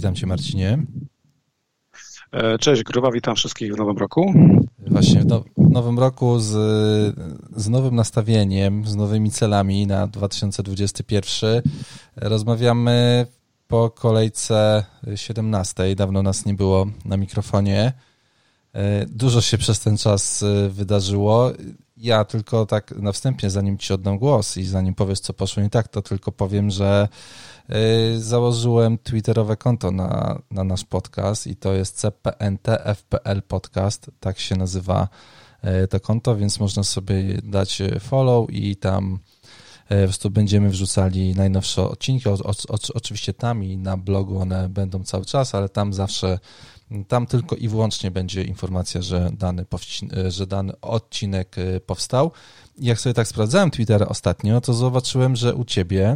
Witam Cię, Marcinie. Cześć Gruba, witam wszystkich w nowym roku. Właśnie w nowym roku z nowym nastawieniem, z nowymi celami na 2021. Rozmawiamy po kolejce 17. Dawno nas nie było na mikrofonie. Dużo się przez ten czas wydarzyło. Ja tylko tak na wstępie, zanim Ci oddam głos i zanim powiesz, co poszło nie tak, to tylko powiem, że założyłem twitterowe konto na nasz podcast i to jest CPNTFPL Podcast, tak się nazywa to konto, więc można sobie dać follow i tam po prostu będziemy wrzucali najnowsze odcinki, oczywiście tam i na blogu one będą cały czas, ale tam zawsze, tam tylko i wyłącznie będzie informacja, że dany odcinek powstał. I jak sobie tak sprawdzałem Twittera ostatnio, to zobaczyłem, że u Ciebie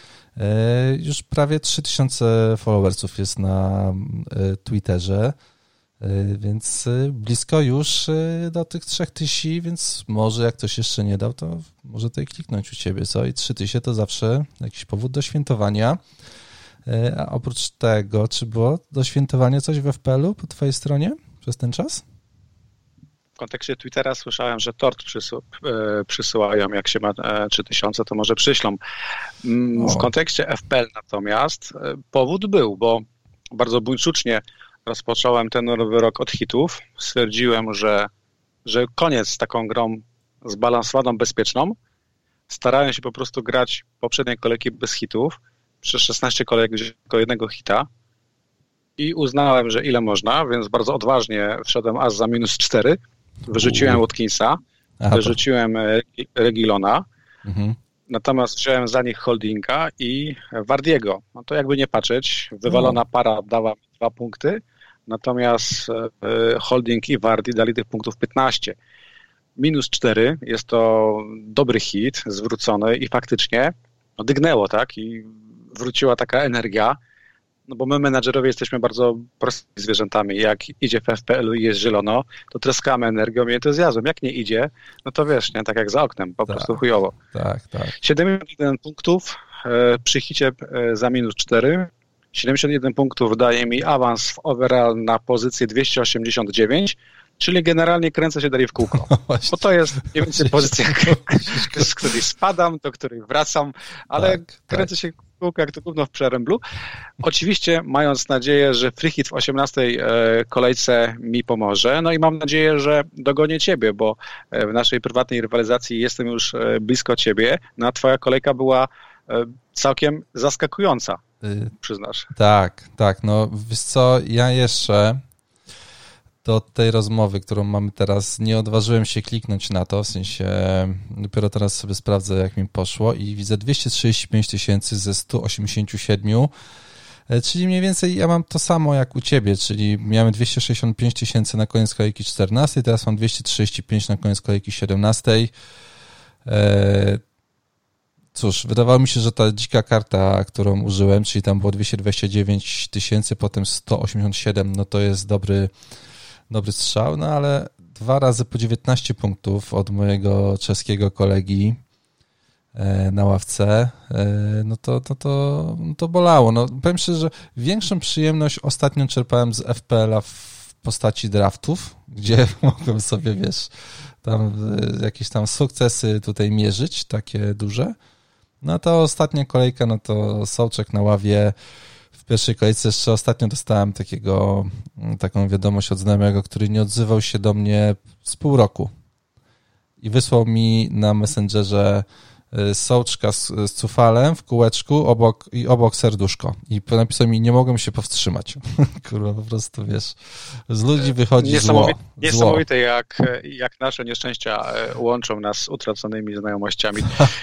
już prawie 3000 followersów jest na Twitterze, więc blisko już do tych 3000, więc może jak ktoś jeszcze nie dał, to może tutaj kliknąć u Ciebie, co? I 3000 to zawsze jakiś powód do świętowania. A oprócz tego, czy było do świętowania coś w FPL-u po Twojej stronie przez ten czas? W kontekście Twittera słyszałem, że tort przysyłają, jak się ma 3000, to może przyślą. W kontekście FPL natomiast powód był, bo bardzo buńczucznie rozpocząłem ten nowy rok od hitów. Stwierdziłem, że koniec z taką grą zbalansowaną, bezpieczną. Starałem się po prostu grać poprzednie kolejki bez hitów. Przez 16 kolejek wziąłem tylko jednego hita i uznałem, że ile można, więc bardzo odważnie wszedłem aż za -4. Wyrzuciłem Watkinsa, wyrzuciłem Reguilona, natomiast wziąłem za nich Holdinga i Wardiego. No to jakby nie patrzeć, wywalona para dała mi 2 punkty, natomiast Holding i Wardi dali tych punktów 15. -4 jest to dobry hit, zwrócony i faktycznie dygnęło, tak? I wróciła taka energia, no bo my menadżerowie jesteśmy bardzo prostymi zwierzętami. Jak idzie w FPL-u i jest zielono, to tryskamy energią i entuzjazmem. Jak nie idzie, no to wiesz, nie, tak jak za oknem, po prostu chujowo. Tak. 71 punktów przy hicie za -4. 71 punktów daje mi awans w overall na pozycję 289, czyli generalnie kręcę się dalej w kółko. Bo to jest mniej więcej pozycja, z której spadam, do której wracam, ale kręcę się w kółko jak to gówno w przeręblu. Oczywiście mając nadzieję, że free hit w 18 kolejce mi pomoże. No i mam nadzieję, że dogonię Ciebie, bo w naszej prywatnej rywalizacji jestem już blisko Ciebie. No a Twoja kolejka była całkiem zaskakująca, przyznasz. Tak. No wiesz co, ja jeszcze do tej rozmowy, którą mamy teraz, nie odważyłem się kliknąć na to, w sensie dopiero teraz sobie sprawdzę, jak mi poszło i widzę 235 000 ze 187, czyli mniej więcej ja mam to samo jak u Ciebie, czyli miałem 265 000 na koniec kolejki 14, teraz mam 235 na koniec kolejki 17. Cóż, wydawało mi się, że ta dzika karta, którą użyłem, czyli tam było 229 000, potem 187, no to jest dobry strzał, no ale 2 razy po 19 punktów od mojego czeskiego kolegi na ławce, no to bolało. No, powiem szczerze, że większą przyjemność ostatnio czerpałem z FPL-a w postaci draftów, gdzie mogłem sobie, wiesz, tam jakieś tam sukcesy tutaj mierzyć, takie duże. No to ostatnia kolejka, no to Sołczek na ławie. W pierwszej kolejce jeszcze ostatnio dostałem taką wiadomość od znajomego, który nie odzywał się do mnie z pół roku i wysłał mi na Messengerze Sołczka z cufalem w kółeczku obok serduszko i napisał mi, nie mogłem się powstrzymać. Kurwa, po prostu, wiesz, z ludzi wychodzi zło. Niesamowite, jak nasze nieszczęścia łączą nas z utraconymi znajomościami.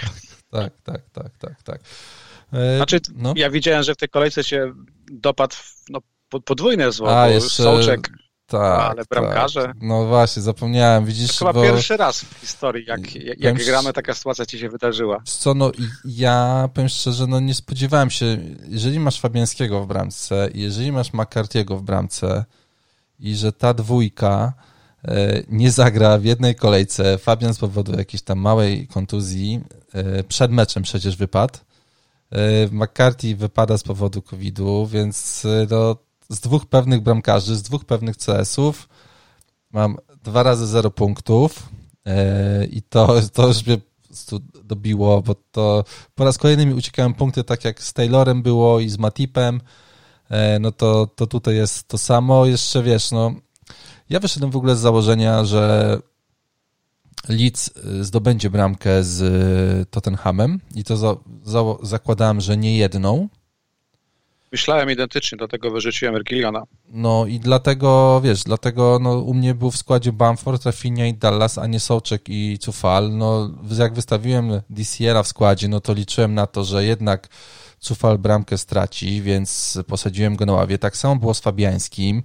Tak. Znaczy, ja widziałem, że w tej kolejce się dopadł podwójne zło, bo jeszcze Sołczek, ale bramkarze. Tak. No właśnie, zapomniałem, widzisz. To chyba pierwszy raz w historii, jak gramy, taka sytuacja ci się wydarzyła. Co, no ja powiem szczerze, no nie spodziewałem się, jeżeli masz Fabiańskiego w bramce, jeżeli masz McCarthy'ego w bramce i że ta dwójka nie zagra w jednej kolejce, Fabian z powodu jakiejś tam małej kontuzji przed meczem przecież wypadł, McCarthy wypada z powodu COVID-u, więc no, z 2 pewnych bramkarzy, z 2 pewnych CS-ów mam 2 razy 0 punktów i to już mnie dobiło, bo to po raz kolejny mi uciekają punkty, tak jak z Taylorem było i z Matipem, no to tutaj jest to samo. Jeszcze wiesz, no ja wyszedłem w ogóle z założenia, że Leeds zdobędzie bramkę z Tottenhamem i to zakładałem, że nie jedną. Myślałem identycznie, dlatego wyrzuciłem Reguilona. No i dlatego, no, u mnie był w składzie Bamford, Rafinha i Dallas, a nie Souček i Coufal. No, jak wystawiłem DCL-a w składzie, no to liczyłem na to, że jednak Coufal bramkę straci, więc posadziłem go na ławie. Tak samo było z Fabiańskim.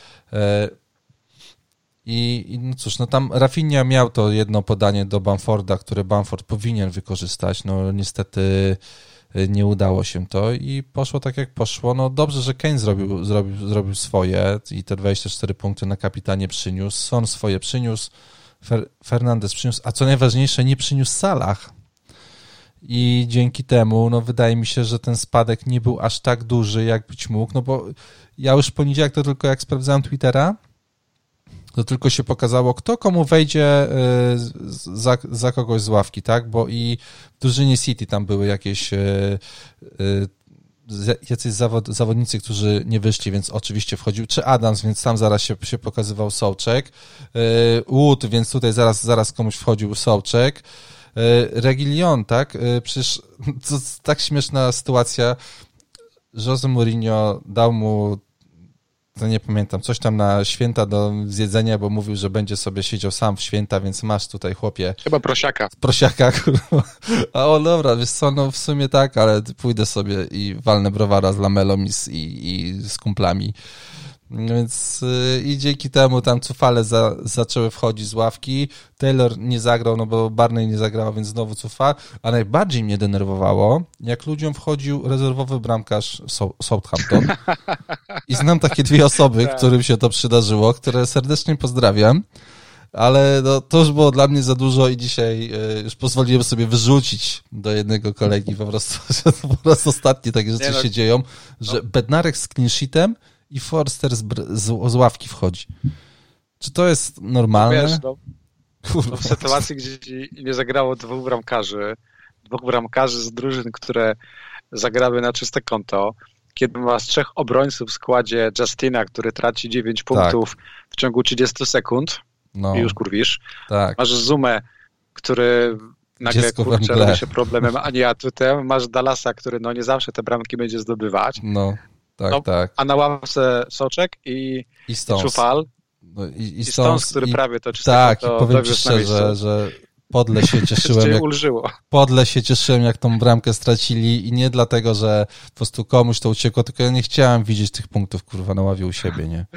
I no cóż, no tam Rafinha miał to jedno podanie do Bamforda, które Bamford powinien wykorzystać. No niestety nie udało się to i poszło tak jak poszło. No dobrze, że Kane zrobił swoje i te 24 punkty na kapitanie przyniósł. Son swoje przyniósł, Fernandes przyniósł, a co najważniejsze, nie przyniósł Salah. I dzięki temu, no wydaje mi się, że ten spadek nie był aż tak duży, jak być mógł, no bo ja już w poniedziałek to tylko jak sprawdzałem Twittera, to tylko się pokazało, kto komu wejdzie za kogoś z ławki, tak? Bo i w drużynie City tam były jakieś jacyś zawodnicy, którzy nie wyszli, więc oczywiście wchodził, czy Adams, więc tam zaraz się pokazywał Souček, Wood, więc tutaj zaraz komuś wchodził Souček, Reguilon, tak? Przecież to tak śmieszna sytuacja. Jose Mourinho dał mu, to nie pamiętam, coś tam na święta do zjedzenia, bo mówił, że będzie sobie siedział sam w święta, więc masz tutaj, chłopie. Chyba prosiaka. Prosiaka, kurwa. A o dobra, wiesz co, no w sumie tak, ale pójdę sobie i walnę browara z Lamelą i z kumplami. Więc i dzięki temu tam Coufale zaczęły wchodzić z ławki. Taylor nie zagrał, no bo Barney nie zagrał, więc znowu Coufal. A najbardziej mnie denerwowało, jak ludziom wchodził rezerwowy bramkarz Southampton. I znam takie 2 osoby, którym się to przydarzyło, które serdecznie pozdrawiam. Ale no, to już było dla mnie za dużo i dzisiaj już pozwoliłem sobie wyrzucić do jednego kolegi po prostu ostatnie takie rzeczy się dzieją, że Bednarek z clean sheetem i Forster z ławki wchodzi. Czy to jest normalne? Wiesz, w sytuacji, gdzie nie zagrało 2 bramkarzy z drużyn, które zagrały na czyste konto, kiedy masz 3 obrońców w składzie Justina, który traci 9 punktów w ciągu 30 sekund i już kurwisz. Tak. Masz Zumę, który nagle robi się problemem, a nie atutem. Masz Dallasa, który no nie zawsze te bramki będzie zdobywać. Tak. A na ławce Souček i Coufal. I Stones, który prawie to czysto. Tak, i powiem ci szczerze, że podle się cieszyłem, jak tą bramkę stracili i nie dlatego, że po prostu komuś to uciekło, tylko ja nie chciałem widzieć tych punktów, kurwa, na ławie u siebie, nie?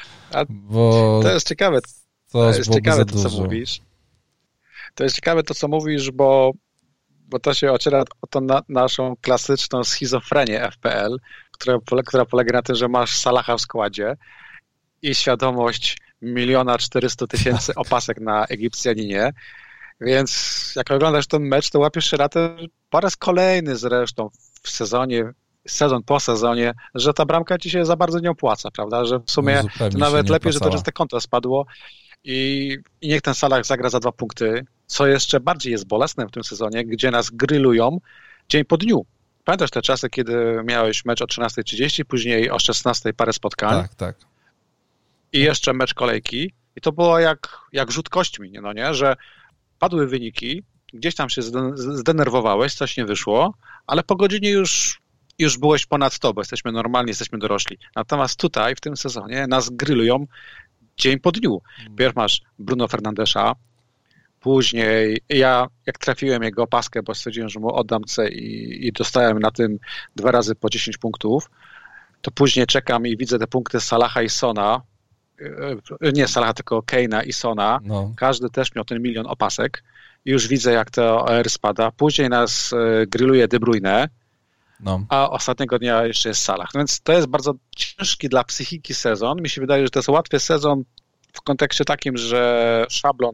Bo to jest ciekawe. To jest ciekawe to, co mówisz. To jest ciekawe to, co mówisz, bo to się ociera o tą naszą klasyczną schizofrenię FPL, która polega na tym, że masz Salaha w składzie i świadomość 1 400 000 opasek na Egipcjaninie, więc jak oglądasz ten mecz, to łapiesz się na tym po raz kolejny zresztą w sezonie, sezon po sezonie, że ta bramka ci się za bardzo nie opłaca, prawda, że w sumie to nawet lepiej, że to czyste konto spadło i niech ten Salah zagra za 2 punkty, co jeszcze bardziej jest bolesne w tym sezonie, gdzie nas grillują dzień po dniu. Pamiętasz te czasy, kiedy miałeś mecz o 13:30, później o 16:00 parę spotkań? Tak. I jeszcze mecz kolejki. I to było jak rzut kośćmi, no nie? Że padły wyniki, gdzieś tam się zdenerwowałeś, coś nie wyszło, ale po godzinie już byłeś ponad to, bo jesteśmy normalni, jesteśmy dorośli. Natomiast tutaj, w tym sezonie, nas grillują dzień po dniu. Pierw masz Bruno Fernandesza, później ja, jak trafiłem jego opaskę, bo stwierdziłem, że mu oddam C i dostałem na tym 2 razy po 10 punktów, to później czekam i widzę te punkty Salaha i Sona, nie Salaha, tylko Kane'a i Sona. No. Każdy też miał ten 1 milion opasek i już widzę, jak to OR spada. Później nas grilluje De Bruyne, a ostatniego dnia jeszcze jest Salah. No więc to jest bardzo ciężki dla psychiki sezon. Mi się wydaje, że to jest łatwy sezon w kontekście takim, że szablon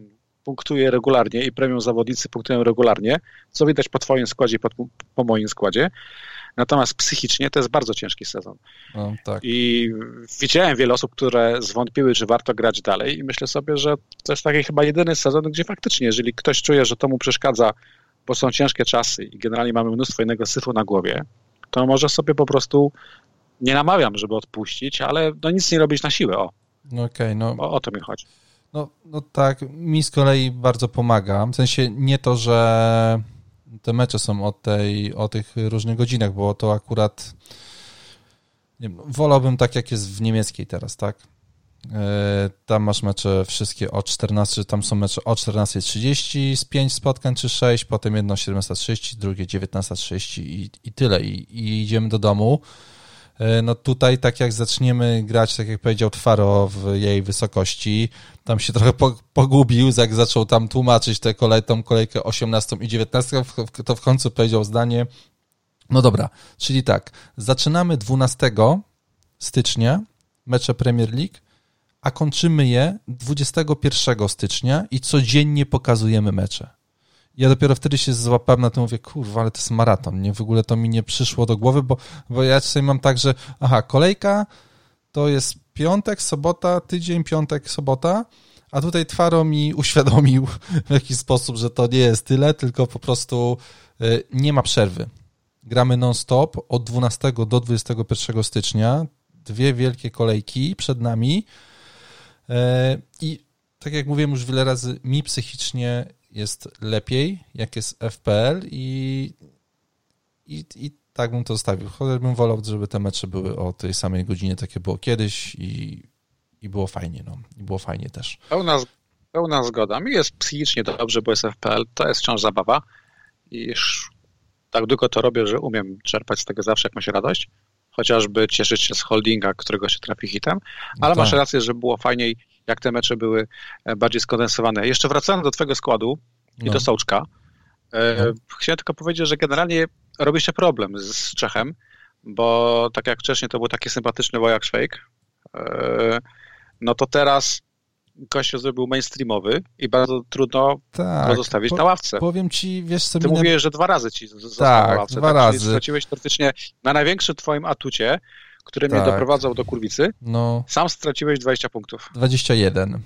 punktuje regularnie i premium zawodnicy punktują regularnie, co widać po twoim składzie i po moim składzie. Natomiast psychicznie to jest bardzo ciężki sezon. No, tak. I widziałem wiele osób, które zwątpiły, czy warto grać dalej i myślę sobie, że to jest taki chyba jedyny sezon, gdzie faktycznie, jeżeli ktoś czuje, że to mu przeszkadza, bo są ciężkie czasy i generalnie mamy mnóstwo innego syfu na głowie, to może sobie po prostu, nie namawiam, żeby odpuścić, ale no nic nie robić na siłę. O to mi chodzi. No tak, mi z kolei bardzo pomaga. W sensie nie to, że te mecze są o tych różnych godzinach, bo to akurat nie wiem, wolałbym tak, jak jest w niemieckiej teraz, tak? Tam masz mecze wszystkie o 14, tam są mecze o 14:30 z 5 spotkań czy 6, potem jedno o 17:30, drugie 19:30 i tyle. I idziemy do domu. No tutaj tak jak zaczniemy grać, tak jak powiedział Twaro w jej wysokości, tam się trochę pogubił, jak zaczął tam tłumaczyć tą kolejkę 18 i 19, to w końcu powiedział zdanie, no dobra, czyli tak, zaczynamy 12 stycznia mecze Premier League, a kończymy je 21 stycznia i codziennie pokazujemy mecze. Ja dopiero wtedy się złapałem na to, mówię, kurwa, ale to jest maraton, nie? W ogóle to mi nie przyszło do głowy, bo ja czasami mam tak, że kolejka to jest piątek, sobota, tydzień, piątek, sobota, a tutaj Twaro mi uświadomił w jakiś sposób, że to nie jest tyle, tylko po prostu nie ma przerwy. Gramy non-stop od 12 do 21 stycznia, 2 wielkie kolejki przed nami i tak jak mówiłem już wiele razy, mi psychicznie jest lepiej, jak jest FPL i tak bym to zostawił. Chociaż bym wolał, żeby te mecze były o tej samej godzinie, takie było kiedyś i było fajnie, no. I było fajnie też. Pełna zgoda. Mi jest psychicznie dobrze, bo jest FPL, to jest wciąż zabawa i już tak długo to robię, że umiem czerpać z tego zawsze jakąś radość, chociażby cieszyć się z holdinga, którego się trafi hitem, ale masz rację, że było fajniej, jak te mecze były bardziej skondensowane. Jeszcze wracając do twojego składu i do Sołczka, chciałem tylko powiedzieć, że generalnie robi się problem z Czechem, bo tak jak wcześniej to był taki sympatyczny wojak Szwejk, no to teraz gościu zrobił mainstreamowy i bardzo trudno go zostawić na ławce. Powiem ci, wiesz co... Ty mówiłeś, że 2 razy ci został na ławce. 2 razy. Czyli straciłeś praktycznie na największym twoim atucie, który mnie doprowadzał do kurwicy. No. Sam straciłeś 20 punktów. 21.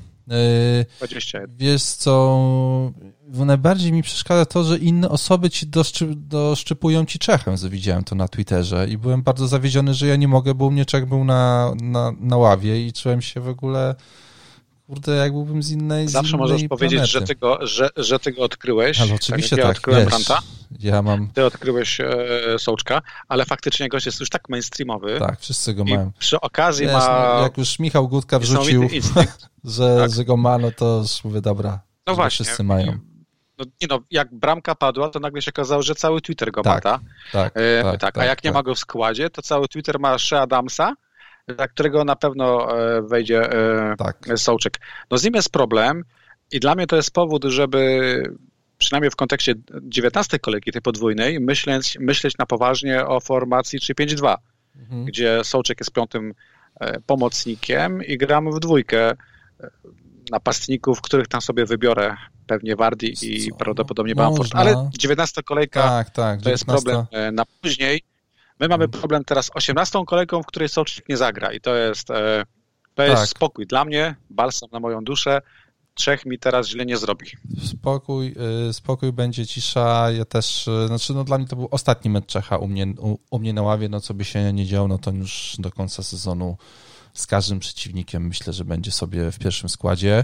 21. Wiesz co, najbardziej mi przeszkadza to, że inne osoby ci doszczypują ci Czechem, widziałem to na Twitterze i byłem bardzo zawiedziony, że ja nie mogę, bo u mnie Czech był na ławie i czułem się w ogóle... Kurde, jak byłbym z innej Zawsze możesz powiedzieć, że ty go odkryłeś. Ale oczywiście ja odkryłem Branta. Ty odkryłeś Sołczka, ale faktycznie gość jest już tak mainstreamowy. Tak, wszyscy go mają. Przy okazji ma... jak już Michał Gutka wrzucił, że go ma, no to już mówię, dobra, no właśnie, wszyscy mają. Jak bramka padła, to nagle się okazało, że cały Twitter go ma, tak. A jak nie ma go w składzie, to cały Twitter ma Shea Adamsa, za którego na pewno wejdzie Sołczek. No z nim jest problem i dla mnie to jest powód, żeby przynajmniej w kontekście 19 kolejki tej podwójnej myśleć na poważnie o formacji 3-5-2, gdzie Sołczek jest 5. pomocnikiem i gramy w dwójkę napastników, których tam sobie wybiorę, pewnie Wardy i prawdopodobnie Bamford, ale 19 kolejka to jest problem na później. My mamy problem teraz 18 kolejką, w której Sołczek nie zagra i to jest spokój dla mnie, balsam na moją duszę. Czech mi teraz źle nie zrobi. Spokój, będzie cisza. Ja też, dla mnie to był ostatni mecz Czecha u mnie na ławie, no co by się nie działo, no to już do końca sezonu z każdym przeciwnikiem myślę, że będzie sobie w pierwszym składzie.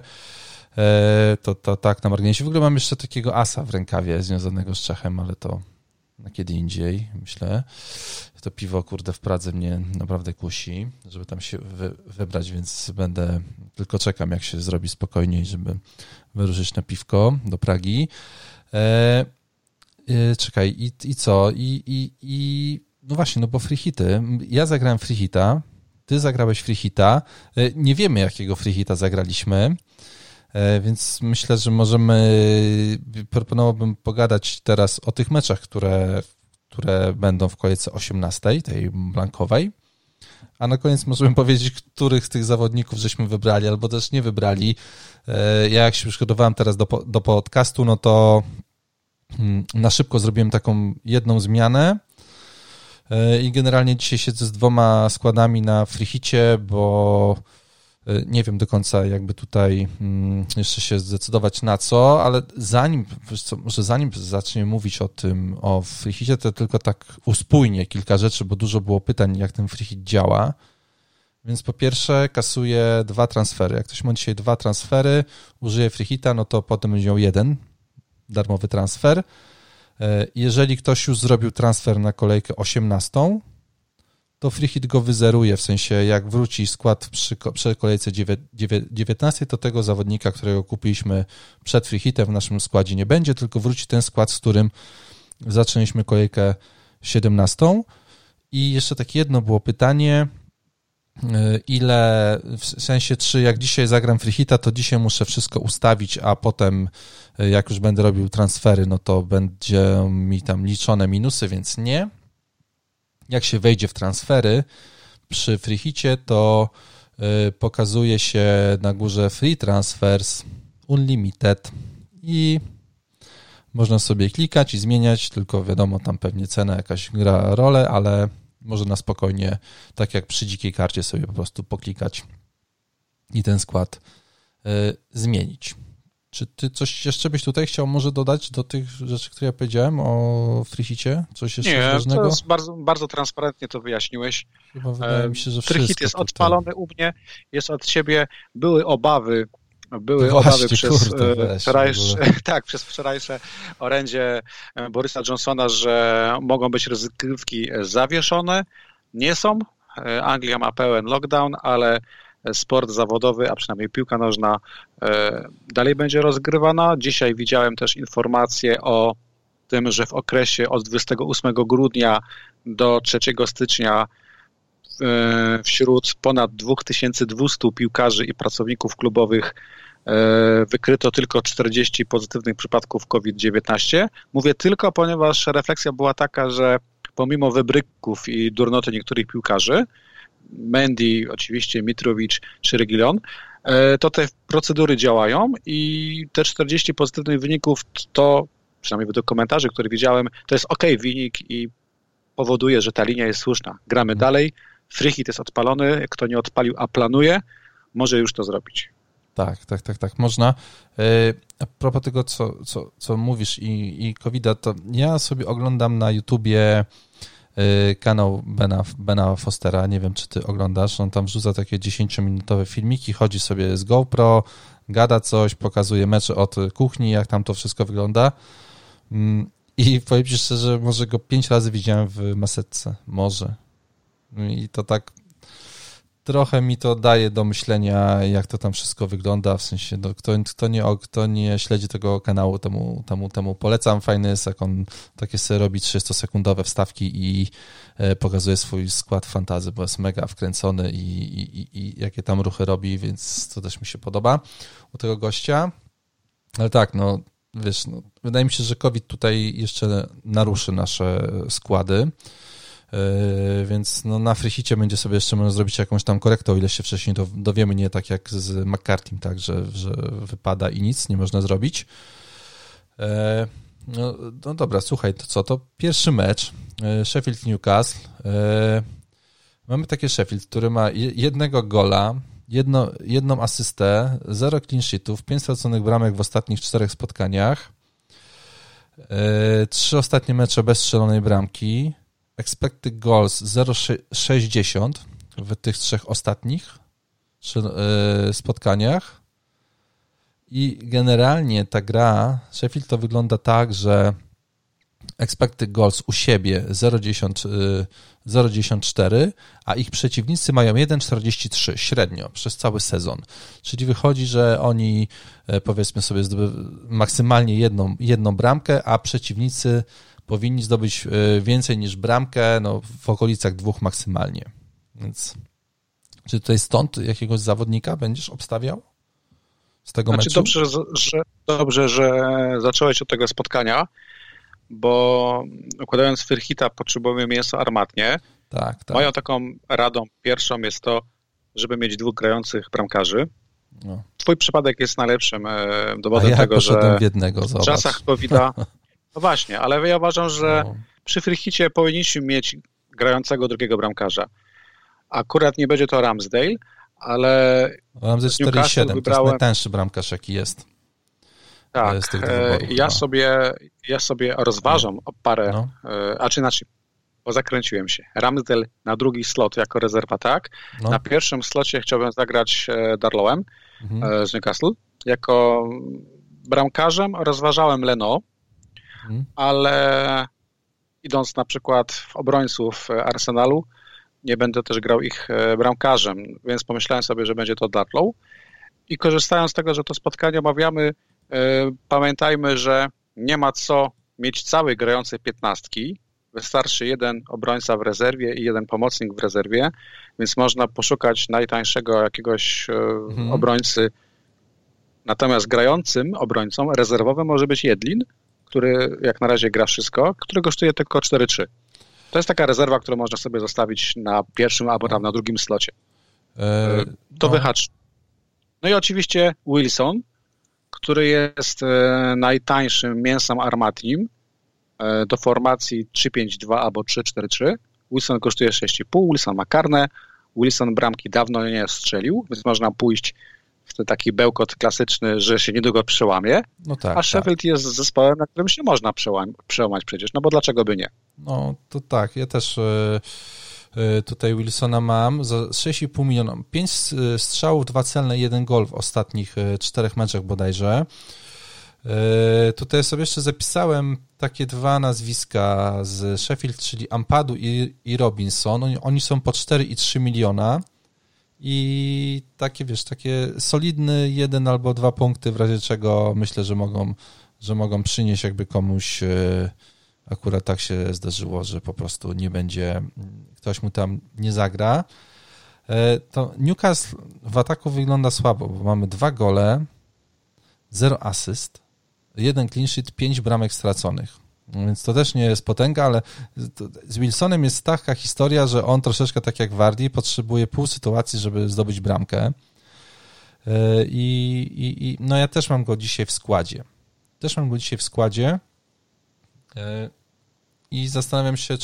To tak na marginesie. W ogóle mam jeszcze takiego asa w rękawie związanego z Czechem, ale to na kiedy indziej, myślę. To piwo, w Pradze mnie naprawdę kusi, żeby tam się wybrać, więc tylko czekam, jak się zrobi spokojniej, żeby wyruszyć na piwko do Pragi. Czekaj, i co? No właśnie, bo free hity. Ja zagrałem free hita, ty zagrałeś free hita. Nie wiemy, jakiego free hita zagraliśmy, więc myślę, że proponowałbym pogadać teraz o tych meczach, które będą w kolejce 18, tej blankowej. a na koniec możemy powiedzieć, których z tych zawodników żeśmy wybrali, albo też nie wybrali. Ja jak się przygotowałem teraz do podcastu, no to na szybko zrobiłem taką jedną zmianę i generalnie dzisiaj siedzę z 2 składami na freehicie, bo nie wiem do końca jakby tutaj jeszcze się zdecydować na co, ale zanim zaczniemy mówić o freehicie, to tylko tak uspójnię kilka rzeczy, bo dużo było pytań, jak ten freehit działa. Więc po pierwsze kasuję 2 transfery. Jak ktoś ma dzisiaj 2 transfery, użyje freehita, no to potem będzie miał 1 darmowy transfer. Jeżeli ktoś już zrobił transfer na kolejkę 18, to freehit go wyzeruje, w sensie jak wróci skład przy kolejce 19, to tego zawodnika, którego kupiliśmy przed freehitem w naszym składzie nie będzie, tylko wróci ten skład, z którym zaczęliśmy kolejkę 17. I jeszcze takie jedno było pytanie, ile, w sensie czy jak dzisiaj zagram freehita, to dzisiaj muszę wszystko ustawić, a potem jak już będę robił transfery, no to będzie mi tam liczone minusy, więc nie. Jak się wejdzie w transfery przy freehicie, to pokazuje się na górze Free Transfers Unlimited i można sobie klikać i zmieniać, tylko wiadomo, tam pewnie cena jakaś gra rolę, ale można na spokojnie, tak jak przy dzikiej karcie, sobie po prostu poklikać i ten skład zmienić. Czy ty coś jeszcze byś tutaj chciał może dodać do tych rzeczy, które ja powiedziałem o freehicie? Coś jeszcze ważnego? Nie, to jest bardzo, bardzo transparentnie to wyjaśniłeś. Chyba wydaje mi się, że freehit jest odpalony u mnie, jest od ciebie. Były obawy przez wczorajsze orędzie Borysa Johnsona, że mogą być rozgrywki zawieszone. Nie są. Anglia ma pełen lockdown, ale sport zawodowy, a przynajmniej piłka nożna dalej będzie rozgrywana. Dzisiaj widziałem też informacje o tym, że w okresie od 28 grudnia do 3 stycznia wśród ponad 2200 piłkarzy i pracowników klubowych wykryto tylko 40 pozytywnych przypadków COVID-19. Mówię tylko, ponieważ refleksja była taka, że pomimo wybryków i durnoty niektórych piłkarzy, Mendy, oczywiście Mitrowicz czy Reguilon, to te procedury działają i te 40 pozytywnych wyników to, przynajmniej według komentarzy, które widziałem, to jest wynik i powoduje, że ta linia jest słuszna. Gramy dalej, freehit jest odpalony, kto nie odpalił, a planuje, może już to zrobić. Tak, można. A propos tego, co mówisz i COVID-a, to ja sobie oglądam na YouTubie kanał Bena Fostera, nie wiem, czy ty oglądasz, on tam wrzuca takie 10-minutowe filmiki, chodzi sobie z GoPro, gada coś, pokazuje mecze od kuchni, jak tam to wszystko wygląda i powiem ci szczerze, może go 5 razy widziałem w maseczce, może. I to tak trochę mi to daje do myślenia, jak to tam wszystko wygląda, w sensie kto nie śledzi tego kanału, temu polecam. Fajny jest, jak on takie sobie robi 30-sekundowe wstawki i pokazuje swój skład fantasy, bo jest mega wkręcony i jakie tam ruchy robi, więc to też mi się podoba u tego gościa. Ale tak, no wiesz, wydaje mi się, że COVID tutaj jeszcze naruszy nasze składy. Więc na freehicie będzie sobie jeszcze można zrobić jakąś tam korektę, o ile się wcześniej dowiemy, nie tak jak z McCarthy'm, tak, że wypada i nic nie można zrobić. No dobra, słuchaj, to co? To pierwszy mecz, Sheffield-Newcastle. Mamy takie Sheffield, który ma jednego gola, jedną asystę, 0 clean sheetów, 5 straconych bramek w ostatnich 4 spotkaniach, 3 ostatnie mecze bez strzelonej bramki, expected goals 0,60 w tych 3 ostatnich spotkaniach i generalnie ta gra Sheffield to wygląda tak, że expected goals u siebie 0,94, a ich przeciwnicy mają 1,43 średnio przez cały sezon. Czyli wychodzi, że oni powiedzmy sobie maksymalnie jedną bramkę, a przeciwnicy powinni zdobyć więcej niż bramkę, w okolicach 2 maksymalnie. Więc czy tutaj stąd jakiegoś zawodnika będziesz obstawiał z tego meczu? Dobrze, że zacząłeś od tego spotkania, bo układając freehita potrzebujemy mięso armatnie Tak, tak. Moją taką radą pierwszą jest to, żeby mieć 2 grających bramkarzy. No. Twój przypadek jest najlepszym dowodem tego, że w jednego, w czasach COVID-a... No właśnie, ale ja uważam, że przy Frichicie powinniśmy mieć grającego drugiego bramkarza. Akurat nie będzie to Ramsdale, ale Ramsdale 4,7 wybrałem... to jest najtańszy bramkarz, jaki jest. Tak, ja sobie rozważam parę, inaczej, bo zakręciłem się. Ramsdale na drugi slot jako rezerwa, tak. Na pierwszym slocie chciałbym zagrać Darlowem z Newcastle. Jako bramkarzem rozważałem Leno, ale idąc na przykład w obrońców Arsenalu, nie będę też grał ich bramkarzem, więc pomyślałem sobie, że będzie to Darlow. I korzystając z tego, że to spotkanie omawiamy, pamiętajmy, że nie ma co mieć całej grającej 15. Wystarczy 1 obrońca w rezerwie i 1 pomocnik w rezerwie, więc można poszukać najtańszego jakiegoś obrońcy. Natomiast grającym obrońcą rezerwowym może być Jedlin, który jak na razie gra wszystko, który kosztuje tylko 4,3. To jest taka rezerwa, którą można sobie zostawić na pierwszim albo tam na drugim slocie. To wyhacz. No i oczywiście Wilson, który jest najtańszym mięsem armatnim do formacji 3-5-2 albo 3-4-3. Wilson kosztuje 6,5, Wilson ma karne, Wilson bramki dawno nie strzelił, więc można pójść w ten taki bełkot klasyczny, że się niedługo przełamie, a Sheffield jest zespołem, na którym się można przełamać przecież, no bo dlaczego by nie? No to tak, ja też tutaj Wilsona mam za 6,5 miliona, 5 strzałów, 2 celne, 1 gol w ostatnich 4 meczach bodajże. Tutaj sobie jeszcze zapisałem takie 2 nazwiska z Sheffield, czyli Ampadu i Robinson. Oni są po 4,3 miliona i takie, wiesz, takie solidny 1 albo 2 punkty, w razie czego myślę, że mogą przynieść, jakby komuś akurat tak się zdarzyło, że po prostu nie będzie, ktoś mu tam nie zagra. To Newcastle w ataku wygląda słabo, bo mamy 2 gole, 0 asyst, 1 clean sheet, 5 bramek straconych. Więc to też nie jest potęga, ale z Wilsonem jest taka historia, że on troszeczkę tak jak Vardy potrzebuje pół sytuacji, żeby zdobyć bramkę. No ja też mam go dzisiaj w składzie. I zastanawiam się,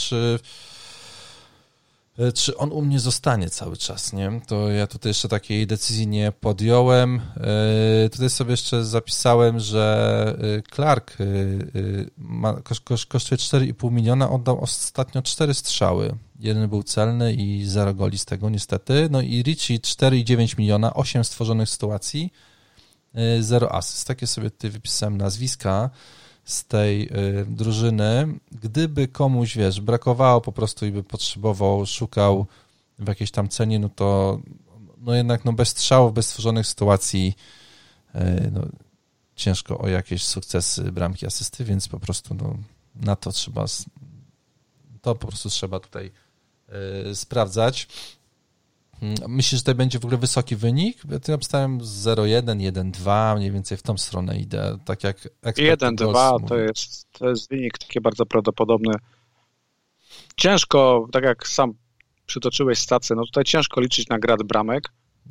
czy on u mnie zostanie cały czas, nie? To ja tutaj jeszcze takiej decyzji nie podjąłem. Tutaj sobie jeszcze zapisałem, że Clark kosztuje 4,5 miliona, oddał ostatnio 4 strzały. 1 był celny i 0 goli z tego niestety. No i Richie 4,9 miliona, 8 stworzonych sytuacji, 0 asyst. Takie sobie tutaj wypisałem nazwiska z tej drużyny. Gdyby komuś, wiesz, brakowało po prostu i by potrzebował, szukał w jakiejś tam cenie, no to jednak bez strzałów, bez stworzonych sytuacji ciężko o jakieś sukcesy, bramki, asysty, więc po prostu na to trzeba tutaj sprawdzać. Myślisz, że to będzie w ogóle wysoki wynik? Ja tu napisałem 0,1, 1,2, mniej więcej w tą stronę idę, tak jak 1,2 to jest wynik taki bardzo prawdopodobny. Ciężko, tak jak sam przytoczyłeś stację, no tutaj ciężko liczyć na grad bramek.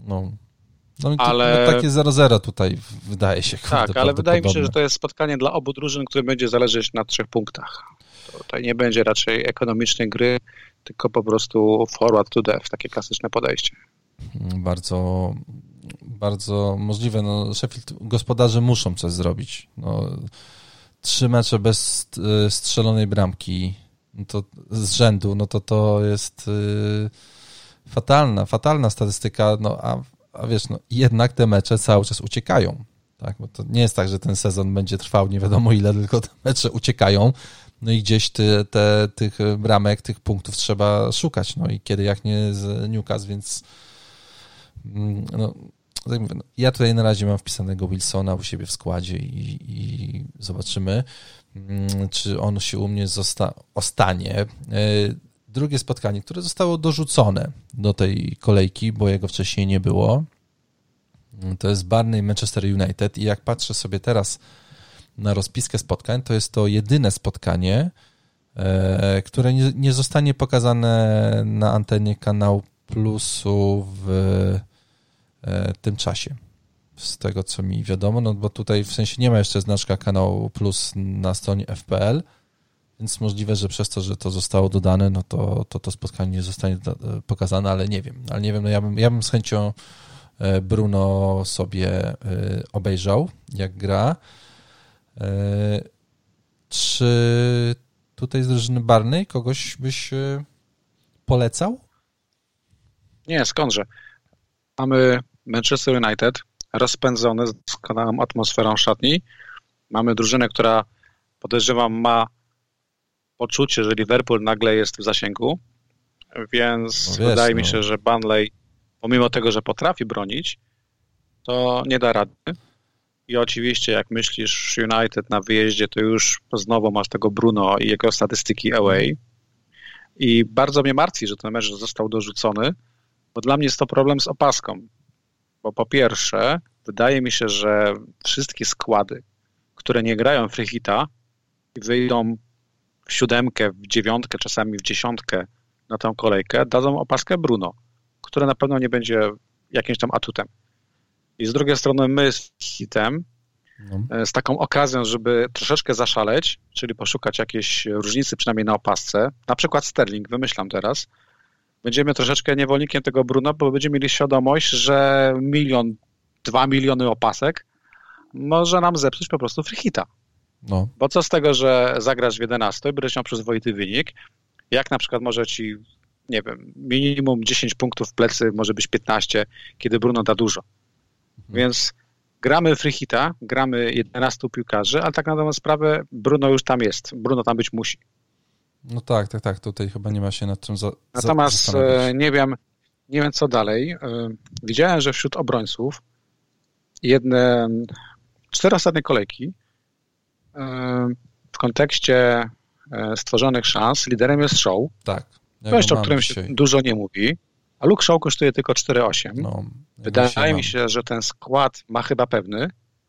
Ale takie 0,0 tutaj wydaje się. Tak, ale wydaje mi się, że to jest spotkanie dla obu drużyn, które będzie zależeć na 3 punktach. Tutaj nie będzie raczej ekonomicznej gry, tylko po prostu forward to death, takie klasyczne podejście. Bardzo, bardzo możliwe. Sheffield, gospodarze muszą coś zrobić. 3 mecze bez strzelonej bramki to z rzędu, to jest fatalna statystyka, a wiesz, jednak te mecze cały czas uciekają. Tak? Bo to nie jest tak, że ten sezon będzie trwał nie wiadomo ile, tylko te mecze uciekają. No i gdzieś tych bramek, tych punktów trzeba szukać. No i kiedy jak nie z Newcastle, więc tak mówię, ja tutaj na razie mam wpisanego Wilsona u siebie w składzie i zobaczymy, czy on się u mnie ostanie. Drugie spotkanie, które zostało dorzucone do tej kolejki, bo jego wcześniej nie było, to jest Burnley Manchester United i jak patrzę sobie teraz na rozpiskę spotkań, to jest to jedyne spotkanie, które nie zostanie pokazane na antenie Kanału Plusu w tym czasie. Z tego, co mi wiadomo, no bo tutaj w sensie nie ma jeszcze znaczka Kanału Plus na stronie FPL, więc możliwe, że przez to, że to zostało dodane, no to spotkanie nie zostanie pokazane, ale nie wiem. No ja bym z chęcią Bruno sobie obejrzał, jak gra. Czy tutaj z drużyny Barney kogoś byś polecał? Nie, skądże. Mamy Manchester United rozpędzony z doskonałą atmosferą szatni. Mamy drużynę, która podejrzewam ma poczucie, że Liverpool nagle jest w zasięgu, więc wydaje mi się, że Burnley, pomimo tego, że potrafi bronić, to nie da rady. I oczywiście jak myślisz United na wyjeździe, to już znowu masz tego Bruno i jego statystyki away. I bardzo mnie martwi, że ten mecz został dorzucony, bo dla mnie jest to problem z opaską. Bo po pierwsze, wydaje mi się, że wszystkie składy, które nie grają free hita i wyjdą w 7, w 9, czasami w 10 na tą kolejkę, dadzą opaskę Bruno, która na pewno nie będzie jakimś tam atutem. I z drugiej strony my z hitem, z taką okazją, żeby troszeczkę zaszaleć, czyli poszukać jakiejś różnicy przynajmniej na opasce, na przykład Sterling, wymyślam teraz, będziemy troszeczkę niewolnikiem tego Bruno, bo będziemy mieli świadomość, że 2 miliony opasek może nam zepsuć po prostu free hita. No. Bo co z tego, że zagrasz w 11, będziesz miał przyzwoity wynik, jak na przykład może ci, nie wiem, minimum 10 punktów w plecy, może być 15, kiedy Bruno da dużo. Więc gramy free hita, gramy 11 piłkarzy, ale tak na dobrą sprawę Bruno już tam jest. Bruno tam być musi. No tak. Tutaj chyba nie ma się nad czym Natomiast nie wiem co dalej. Widziałem, że wśród obrońców 4 ostatnie kolejki w kontekście stworzonych szans liderem jest Shaw. Tak. To jeszcze o którym się dużo nie mówi. A Luke Shaw kosztuje tylko 4,8. No, wydaje mi się, że ten skład ma chyba pewny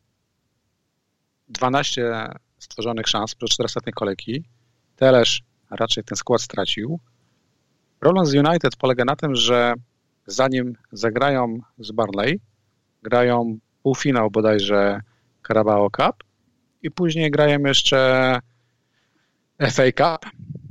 12 stworzonych szans przez 4 ostatnie kolejki. Telesz raczej ten skład stracił. Problem z United polega na tym, że zanim zagrają z Burnley, grają półfinał bodajże Carabao Cup i później grają jeszcze FA Cup,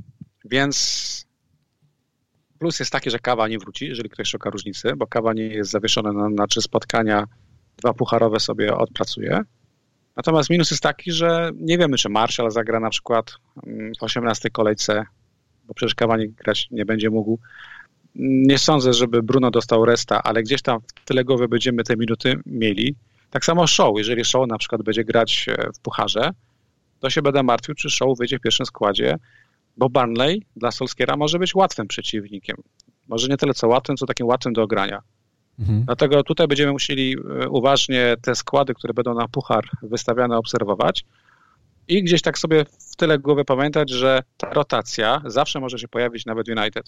więc plus jest taki, że Kawa nie wróci, jeżeli ktoś szuka różnicy, bo Kawa nie jest zawieszony na 3 spotkania, 2 pucharowe sobie odpracuje. Natomiast minus jest taki, że nie wiemy, czy Martial zagra na przykład w 18 kolejce, bo przecież Cavani grać nie będzie mógł. Nie sądzę, żeby Bruno dostał resta, ale gdzieś tam w tyle głowy będziemy te minuty mieli. Tak samo Shaw, jeżeli Shaw na przykład będzie grać w pucharze, to się będę martwił, czy Shaw wyjdzie w pierwszym składzie, bo Burnley dla Solskjaera może być łatwym przeciwnikiem. Może nie tyle co łatwym, co takim łatwym do ogrania. Dlatego tutaj będziemy musieli uważnie te składy, które będą na puchar wystawiane, obserwować i gdzieś tak sobie w tyle głowy pamiętać, że ta rotacja zawsze może się pojawić nawet w United.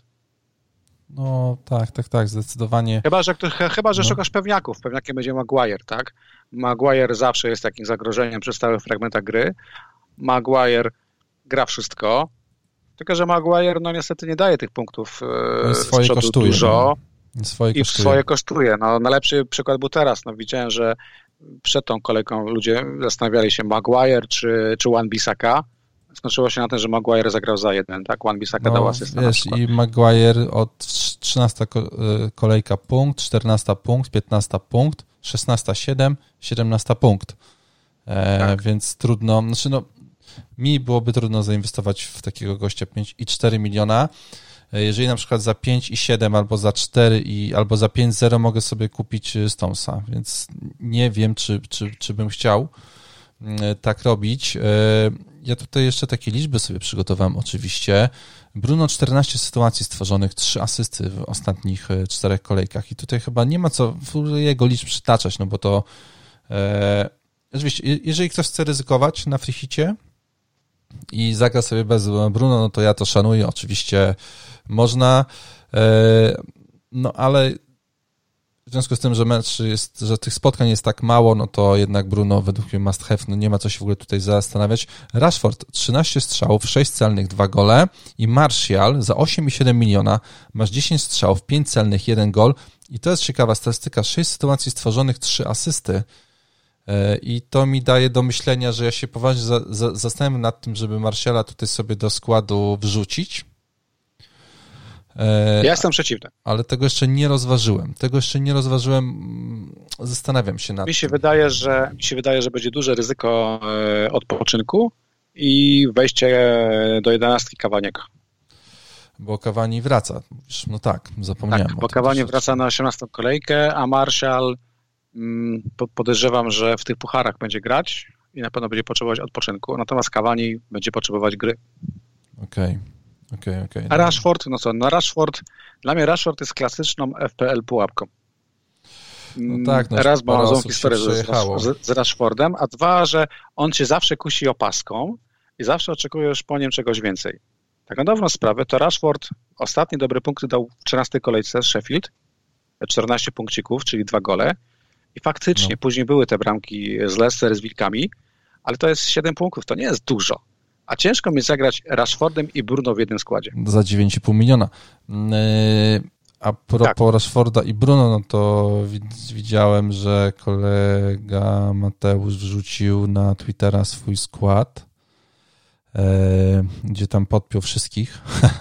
No tak, zdecydowanie. Chyba, że szukasz pewniaków. Pewniakiem będzie Maguire, tak? Maguire zawsze jest takim zagrożeniem przy stałych fragmentach gry. Maguire gra wszystko, tylko że Maguire no niestety nie daje tych punktów z przodu kosztuje, dużo. No. Swoje kosztuje. No, najlepszy przykład był teraz. No, widziałem, że przed tą kolejką ludzie zastanawiali się Maguire czy Wan-Bissaka. Skończyło się na tym, że Maguire zagrał za 1, tak? Wan-Bissaka dał asystę na przykład. I Maguire od 13 kolejka punkt, 14 punkt, 15 punkt, 16 7, 17 punkt. Tak. Więc trudno, mi byłoby trudno zainwestować w takiego gościa 5,4 miliona. Jeżeli na przykład za 5,7 albo za 4 albo za 5,0 mogę sobie kupić Stonesa, więc nie wiem, czy bym chciał tak robić. Ja tutaj jeszcze takie liczby sobie przygotowałem oczywiście. Bruno 14 sytuacji stworzonych, 3 asysty w ostatnich 4 kolejkach i tutaj chyba nie ma co jego liczb przytaczać, no bo to oczywiście, jeżeli ktoś chce ryzykować na free hicie i zagra sobie bez Bruno, no to ja to szanuję, oczywiście można, no ale związku z tym, że tych spotkań jest tak mało, no to jednak Bruno według mnie must have, no nie ma co się w ogóle tutaj zastanawiać. Rashford 13 strzałów, 6 celnych, 2 gole i Martial za 8,7 miliona masz 10 strzałów, 5 celnych, 1 gol i to jest ciekawa statystyka, 6 sytuacji stworzonych, 3 asysty i to mi daje do myślenia, że ja się poważnie zastanawiam nad tym, żeby Martiala tutaj sobie do składu wrzucić. Ja jestem przeciwny. Ale tego jeszcze nie rozważyłem. Zastanawiam się nad tym. Mi się wydaje, że będzie duże ryzyko odpoczynku i wejście do 11 Cavaniego. Bo Cavani wraca. No tak, zapomniałem. Tak, bo Cavani wraca na 18 kolejkę, a Martial podejrzewam, że w tych pucharach będzie grać i na pewno będzie potrzebować odpoczynku, natomiast Cavani będzie potrzebować gry. Okej. A Rashford, Rashford, dla mnie Rashford jest klasyczną FPL pułapką. No tak, raz, bo mam złą historię z Rashfordem, a dwa, że on cię zawsze kusi opaską i zawsze oczekujesz po nim czegoś więcej. Tak na dobrą sprawę, to Rashford ostatni dobry punkt dał w 13 kolejce z Sheffield, 14 punkcików, czyli 2 gole i faktycznie później były te bramki z Leicester, z Wilkami, ale to jest 7 punktów, to nie jest dużo. A ciężko mi zagrać Rashfordem i Bruno w jednym składzie. Za 9,5 miliona. A propos Rashforda i Bruno, no to widziałem, że kolega Mateusz wrzucił na Twittera swój skład, gdzie tam podpiął wszystkich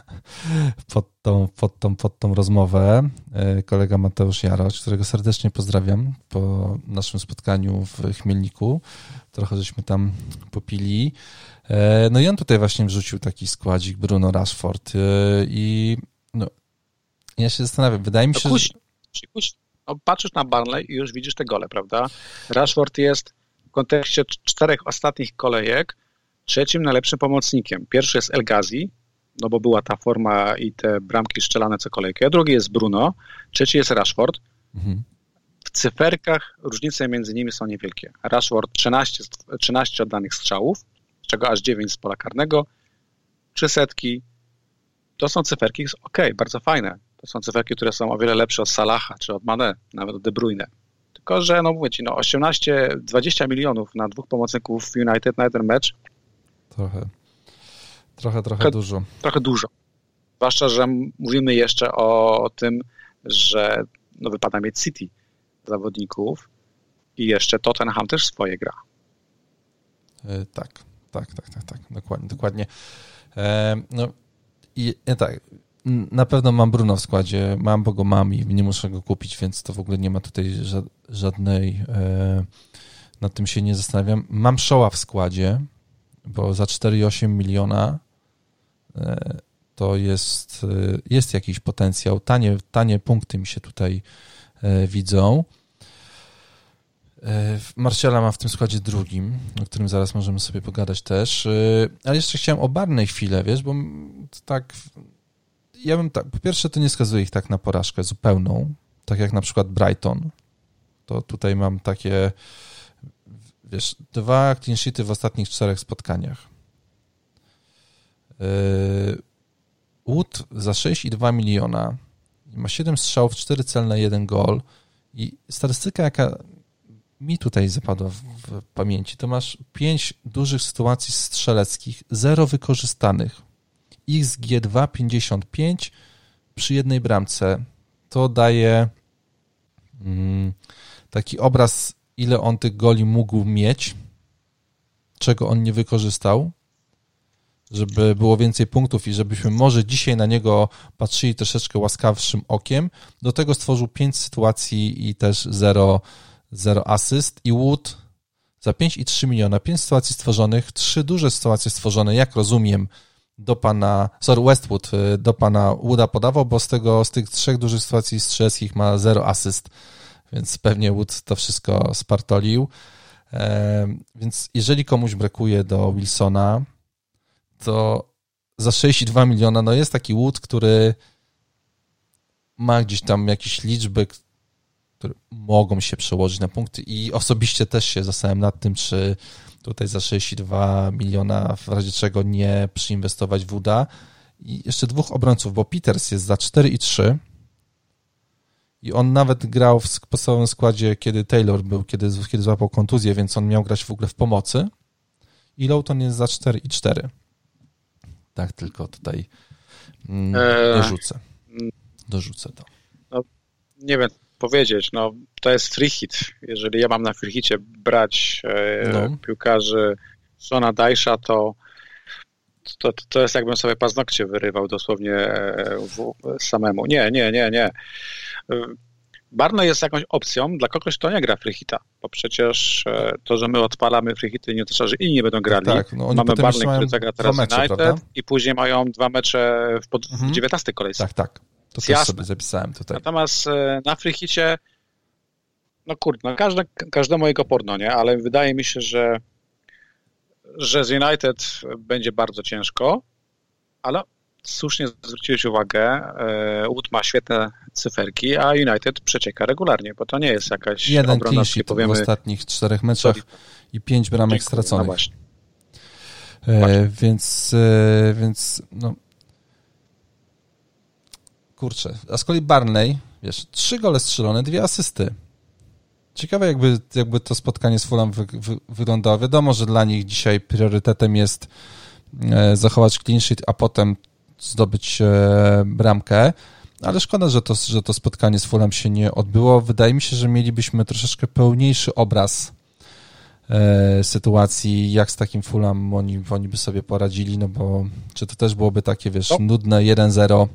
pod tą rozmowę. Kolega Mateusz Jarosz, którego serdecznie pozdrawiam po naszym spotkaniu w Chmielniku. Trochę żeśmy tam popili. No i on tutaj właśnie wrzucił taki składzik Bruno Rashford i no, ja się zastanawiam, wydaje mi się, że... No, patrzysz na Burnley i już widzisz te gole, prawda? Rashford jest w kontekście 4 ostatnich kolejek trzecim najlepszym pomocnikiem. Pierwszy jest El Ghazi, no bo była ta forma i te bramki strzelane co kolejkę. Drugi jest Bruno, trzeci jest Rashford. W cyferkach różnice między nimi są niewielkie. Rashford 13 oddanych strzałów, z czego aż 9 z pola karnego, 3 setki. To są cyferki, bardzo fajne. To są cyferki, które są o wiele lepsze od Salaha, czy od Mané, nawet od De Bruyne. Tylko, że no mówię ci, 20 milionów na 2 pomocników United na jeden mecz. Trochę dużo. Trochę dużo. Zwłaszcza, że mówimy jeszcze o tym, że wypada mieć City zawodników i jeszcze Tottenham też swoje gra. Tak. Dokładnie. I tak, na pewno mam Bruno w składzie, bo go mam i nie muszę go kupić, więc to w ogóle nie ma tutaj żadnej, nad tym się nie zastanawiam. Mam Shaw'a w składzie, bo za 4,8 miliona to jest jakiś potencjał. Tanie punkty mi się tutaj widzą. Martiala ma w tym składzie drugim, o którym zaraz możemy sobie pogadać też. Ale jeszcze chciałem o Barney chwilę, wiesz, bo tak... Ja bym tak... Po pierwsze, to nie skazuje ich tak na porażkę zupełną, tak jak na przykład Brighton. To tutaj mam takie... Wiesz, 2 clean sheety w ostatnich 4 spotkaniach. Wood za 6,2 miliona. Ma 7 strzałów, 4 celne, 1 gol. I statystyka, jaka mi tutaj zapadła w pamięci, to masz 5 dużych sytuacji strzeleckich, 0 wykorzystanych. XG 2,55 przy jednej bramce. To daje taki obraz, ile on tych goli mógł mieć, czego on nie wykorzystał, żeby było więcej punktów i żebyśmy może dzisiaj na niego patrzyli troszeczkę łaskawszym okiem. Do tego stworzył 5 sytuacji i też 0 asyst. I Wood za 5,3 miliona, 5 sytuacji stworzonych, 3 duże sytuacje stworzone, jak rozumiem, Westwood do pana Wooda podawał, bo z tych 3 dużych sytuacji strzeleckich ma 0 asyst, więc pewnie Wood to wszystko spartolił. Więc jeżeli komuś brakuje do Wilsona, to za 6,2 miliona jest taki Wood, który ma gdzieś tam jakieś liczby, które mogą się przełożyć na punkty i osobiście też się zastanawiam nad tym, czy tutaj za 6,2 miliona w razie czego nie przyinwestować w Wooda. I jeszcze 2 obrońców, bo Peters jest za 4,3 I on nawet grał w podstawowym składzie, kiedy Taylor był, kiedy złapał kontuzję, więc on miał grać w ogóle w pomocy. I Lowton jest za 4,4. Tak, tylko tutaj dorzucę to. No, nie wiem, powiedzieć, to jest free hit. Jeżeli ja mam na free hicie brać piłkarzy Shona Dyche'a, to jest jakbym sobie paznokcie wyrywał dosłownie samemu. Nie. Barney jest jakąś opcją dla kogoś, kto nie gra free hita, bo przecież to, że my odpalamy free hity, nie oznacza, że inni nie będą grali. Tak, mamy Barney, który zagra teraz mecze, United, prawda? I później mają 2 mecze w 19 kolejce. Tak. To też sobie zapisałem tutaj. Natomiast na free hicie każdemu jego porno, nie? Ale wydaje mi się, że z United będzie bardzo ciężko, ale słusznie zwróciłeś uwagę, Wood ma świetne cyferki, a United przecieka regularnie, bo to nie jest jakaś 1 clean sheet w ostatnich 4 meczach i 5 bramek straconych. No właśnie. Więc kurczę, a z kolei Barney, 3 gole strzelone, 2 asysty. Ciekawe, jakby to spotkanie z Fulham wyglądało. Wiadomo, że dla nich dzisiaj priorytetem jest zachować clean sheet, a potem zdobyć bramkę, ale szkoda, że to spotkanie z Fulham się nie odbyło. Wydaje mi się, że mielibyśmy troszeczkę pełniejszy obraz sytuacji, jak z takim Fulham oni by sobie poradzili, no bo czy to też byłoby takie, nudne 1-0.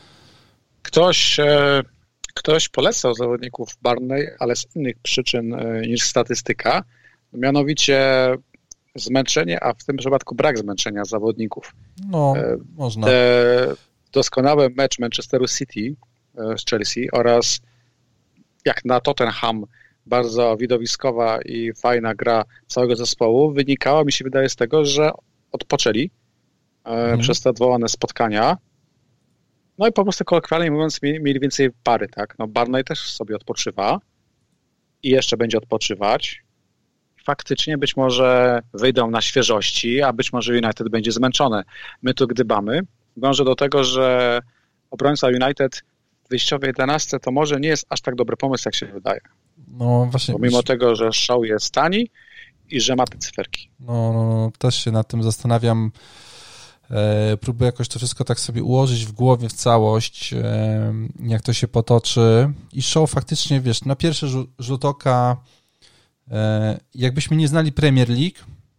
Ktoś polecał zawodników Barney, ale z innych przyczyn niż statystyka, mianowicie zmęczenie, a w tym przypadku brak zmęczenia zawodników. Można. Doskonały mecz Manchesteru City z Chelsea oraz jak na Tottenham bardzo widowiskowa i fajna gra całego zespołu wynikała, mi się wydaje, z tego, że odpoczęli przez te odwołane spotkania. No i po prostu kolokwialnie mówiąc mieli więcej pary, tak? Barney też sobie odpoczywa i jeszcze będzie odpoczywać. Faktycznie być może wyjdą na świeżości, a być może United będzie zmęczone. My tu gdybamy. Dążę do tego, że obrońca United w wyjściowej 11 to może nie jest aż tak dobry pomysł, jak się wydaje. No właśnie. Pomimo tego, że Shaw jest tani i że ma te cyferki. Też się nad tym zastanawiam. Próbuję jakoś to wszystko tak sobie ułożyć w głowie w całość, jak to się potoczy. I Shaw faktycznie, na pierwszy rzut oka, jakbyśmy nie znali Premier League,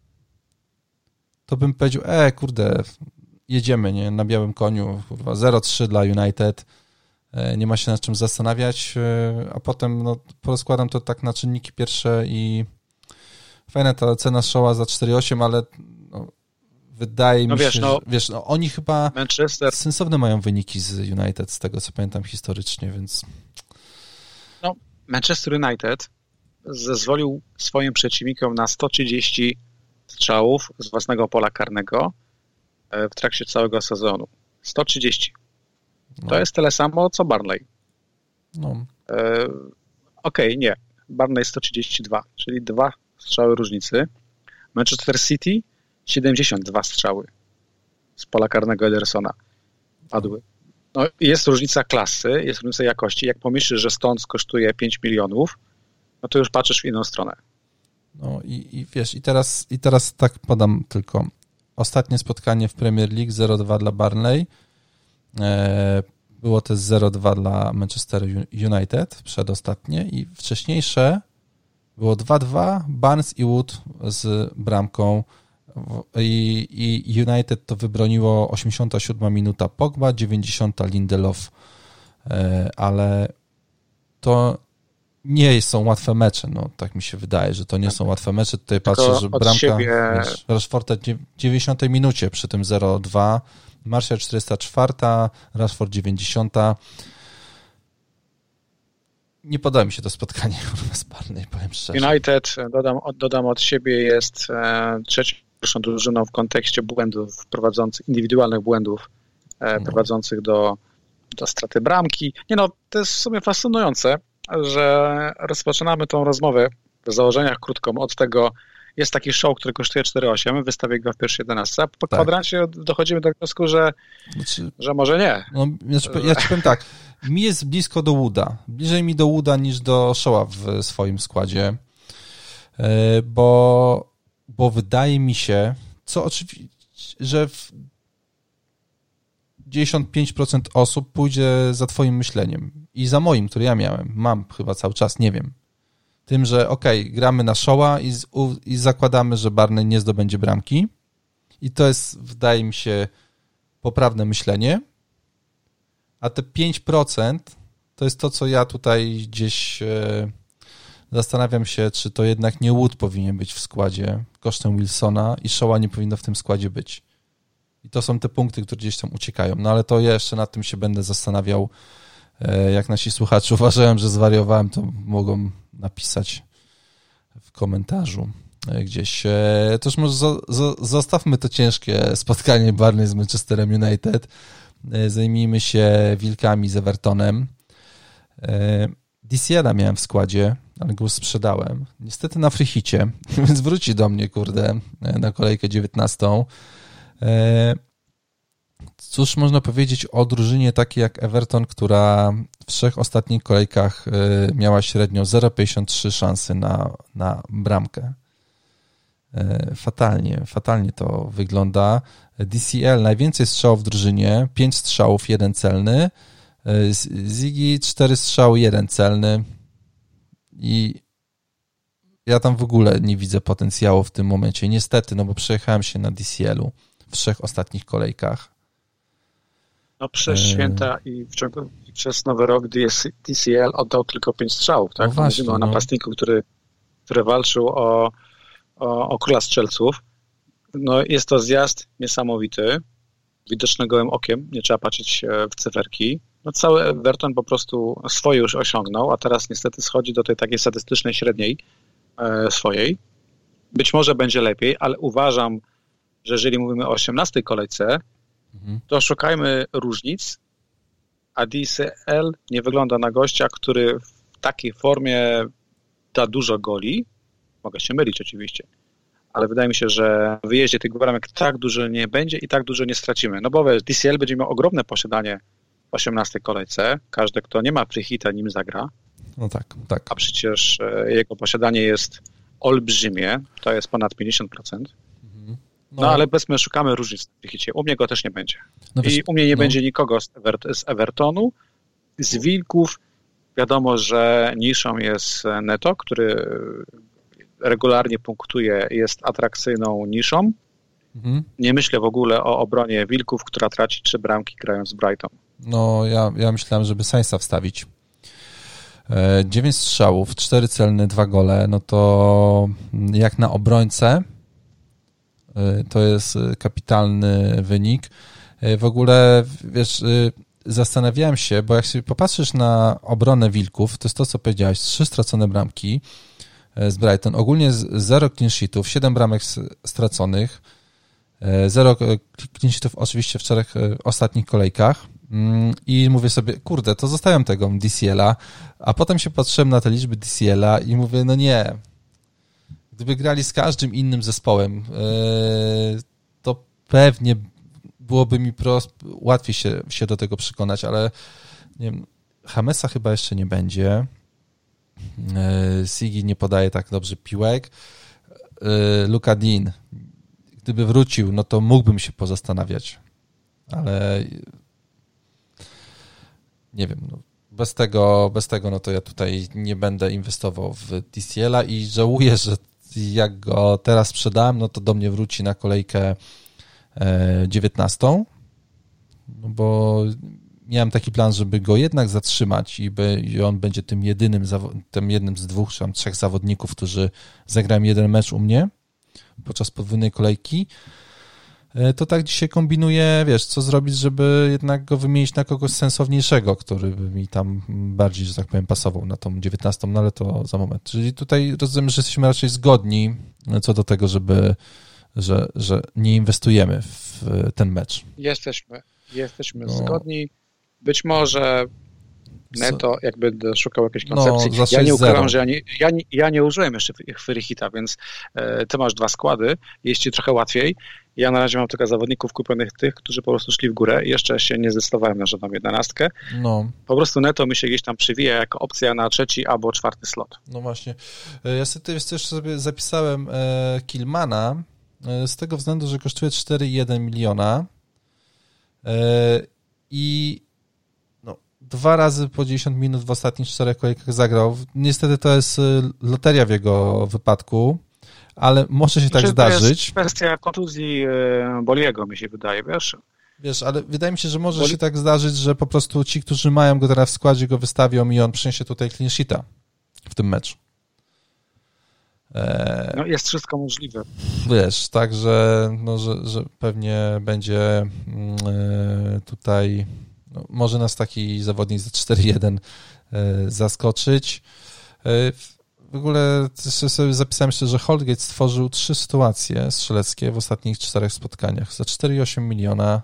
to bym powiedział, jedziemy, nie, na białym koniu, 0-3 dla United, nie ma się nad czym zastanawiać, a potem porozkładam to tak na czynniki pierwsze i fajna ta cena Shawa za 4,8, ale wydaje mi się, że oni chyba sensowne mają wyniki z United, z tego co pamiętam historycznie, więc... Manchester United zezwolił swoim przeciwnikom na 130 strzałów z własnego pola karnego w trakcie całego sezonu. 130. To jest tyle samo, co Barney. Nie. Barney 132, czyli 2 strzały różnicy. Manchester City 72 strzały z pola karnego Edersona padły. Jest różnica klasy, jest różnica jakości. Jak pomyślisz, że Stones kosztuje 5 milionów, to już patrzysz w inną stronę. I teraz tak podam tylko. Ostatnie spotkanie w Premier League 0-2 dla Barney. Było też 0-2 dla Manchester United, przedostatnie, i wcześniejsze było 2-2, Barnes i Wood z bramką i United to wybroniło 87 minuta Pogba, 90 Lindelof, ale to nie są łatwe mecze, tak mi się wydaje, że to nie są łatwe mecze. Tutaj patrzę, że bramka Rashforda w 90 minucie przy tym 0-2, Martial 44, Rashford 90. Nie podoba mi się to spotkanie z Barney, powiem szczerze. United, dodam od siebie, jest trzecią drużyną w kontekście błędów prowadzących, indywidualnych błędów prowadzących do straty bramki. To jest w sumie fascynujące, że rozpoczynamy tą rozmowę w założeniach krótką od tego, jest taki show, który kosztuje 4,8, wystawię go w pierwszej 11, a po kwadransie dochodzimy do wniosku, że może nie. No, ja ci powiem tak, mi jest blisko do Wooda, bliżej mi do Wooda niż do Shawa w swoim składzie, bo wydaje mi się, co oczywiście, że 95% osób pójdzie za twoim myśleniem i za moim, który ja mam chyba cały czas, nie wiem. Tym, że gramy na Shawa i zakładamy, że Barney nie zdobędzie bramki i to jest, wydaje mi się, poprawne myślenie, a te 5% to jest to, co ja tutaj gdzieś zastanawiam się, czy to jednak nie Wood powinien być w składzie kosztem Wilsona i Shawa nie powinno w tym składzie być. I to są te punkty, które gdzieś tam uciekają. No ale to ja jeszcze nad tym się będę zastanawiał. Jak nasi słuchacze uważają, że zwariowałem, to mogą napisać w komentarzu gdzieś. To już może zostawmy to ciężkie spotkanie Barney z Manchesterem United. Zajmijmy się Wilkami z Evertonem. DCL-a miałem w składzie, ale go już sprzedałem. Niestety na freehicie, więc wróci do mnie, kurde, na kolejkę 19. Cóż można powiedzieć o drużynie takiej jak Everton, która w 3 ostatnich kolejkach miała średnio 0,53 szansy na bramkę. Fatalnie to wygląda. DCL najwięcej strzałów w drużynie, 5 strzałów, 1 celny. Ziggy 4 strzały, 1 celny. I ja tam w ogóle nie widzę potencjału w tym momencie. Niestety, no bo przejechałem się na DCL-u w 3 ostatnich kolejkach. No przez święta i przez Nowy Rok DCL oddał tylko 5 strzałów, tak? No właśnie, mówimy o napastniku, który walczył o króla strzelców. No jest to zjazd niesamowity, widoczny gołym okiem, nie trzeba patrzeć w cyferki. No cały Everton po prostu swoje już osiągnął, a teraz niestety schodzi do tej takiej statystycznej średniej swojej. Być może będzie lepiej, ale uważam, że jeżeli mówimy o 18 kolejce, to szukajmy różnic, a DCL nie wygląda na gościa, który w takiej formie da dużo goli. Mogę się mylić oczywiście, ale wydaje mi się, że w wyjeździe tych bramek tak dużo nie będzie i tak dużo nie stracimy. No bo wiesz, DCL będzie miał ogromne posiadanie w 18 kolejce. Każdy, kto nie ma freehita, nim zagra. No tak. A przecież jego posiadanie jest olbrzymie, to jest ponad 50%. No ale powiedzmy, szukamy różnic w freehicie. U mnie go też nie będzie. No wiesz, i u mnie nie będzie nikogo z Evertonu. Z Wilków wiadomo, że niszą jest Neto, który regularnie punktuje, jest atrakcyjną niszą. Nie myślę w ogóle o obronie Wilków, która traci 3 bramki grając z Brighton. No ja myślałem, żeby Sainza wstawić. 9 strzałów, 4 celne, 2 gole, no to jak na obrońcę to jest kapitalny wynik. W ogóle, wiesz, zastanawiałem się, bo jak się popatrzysz na obronę Wilków, to jest to, co powiedziałeś, 3 stracone bramki z Brighton, ogólnie 0 clean sheetów, 7 bramek straconych, 0 clean sheetów oczywiście w 4 ostatnich kolejkach i mówię sobie, kurde, to zostawiam tego DCL-a, a potem się patrzyłem na te liczby DCL-a i mówię, no nie, gdyby grali z każdym innym zespołem, to pewnie byłoby mi łatwiej się do tego przekonać, ale nie wiem, Jamesa chyba jeszcze nie będzie. Sigi nie podaje tak dobrze piłek. Luka Dean, gdyby wrócił, no to mógłbym się pozastanawiać, ale nie wiem, no bez tego no to ja tutaj nie będę inwestował w DCL-a i żałuję, że jak go teraz sprzedałem, no to do mnie wróci na kolejkę 19, no bo miałem taki plan, żeby go jednak zatrzymać i on będzie tym jednym z 2 czy tam 3 zawodników, którzy zagrają jeden mecz u mnie podczas podwójnej kolejki. To tak dzisiaj kombinuję, wiesz, co zrobić, żeby jednak go wymienić na kogoś sensowniejszego, który by mi tam bardziej, że tak powiem, pasował na tą 19, no ale to za moment. Czyli tutaj rozumiem, że jesteśmy raczej zgodni co do tego, że nie inwestujemy w ten mecz. Jesteśmy zgodni. Być może Neto, jak będę szukał jakiejś koncepcji. No, ja nie ukrywam, że ja nie użyłem jeszcze Free-Hita, więc ty masz 2 składy, jest ci trochę łatwiej. Ja na razie mam tylko zawodników kupionych tych, którzy po prostu szli w górę i jeszcze się nie zdecydowałem na żadną 11. No. Po prostu Neto mi się gdzieś tam przywija jako opcja na 3. albo 4. slot. No właśnie. Ja sobie jeszcze zapisałem Killmana z tego względu, że kosztuje 4,1 miliona i 2 razy po 10 minut w ostatnich 4 kolejkach zagrał. Niestety to jest loteria w jego wypadku, ale może się tak zdarzyć. To jest kwestia kontuzji Boliego, mi się wydaje, wiesz? Wiesz, ale wydaje mi się, że może się tak zdarzyć, że po prostu ci, którzy mają go teraz w składzie, go wystawią i on przyniesie tutaj clean sheeta w tym meczu. No jest wszystko możliwe. Wiesz, także że pewnie będzie tutaj może nas taki zawodnik za 4-1 zaskoczyć. W ogóle sobie zapisałem jeszcze, że Holgate stworzył 3 sytuacje strzeleckie w ostatnich 4 spotkaniach za 4,8 miliona.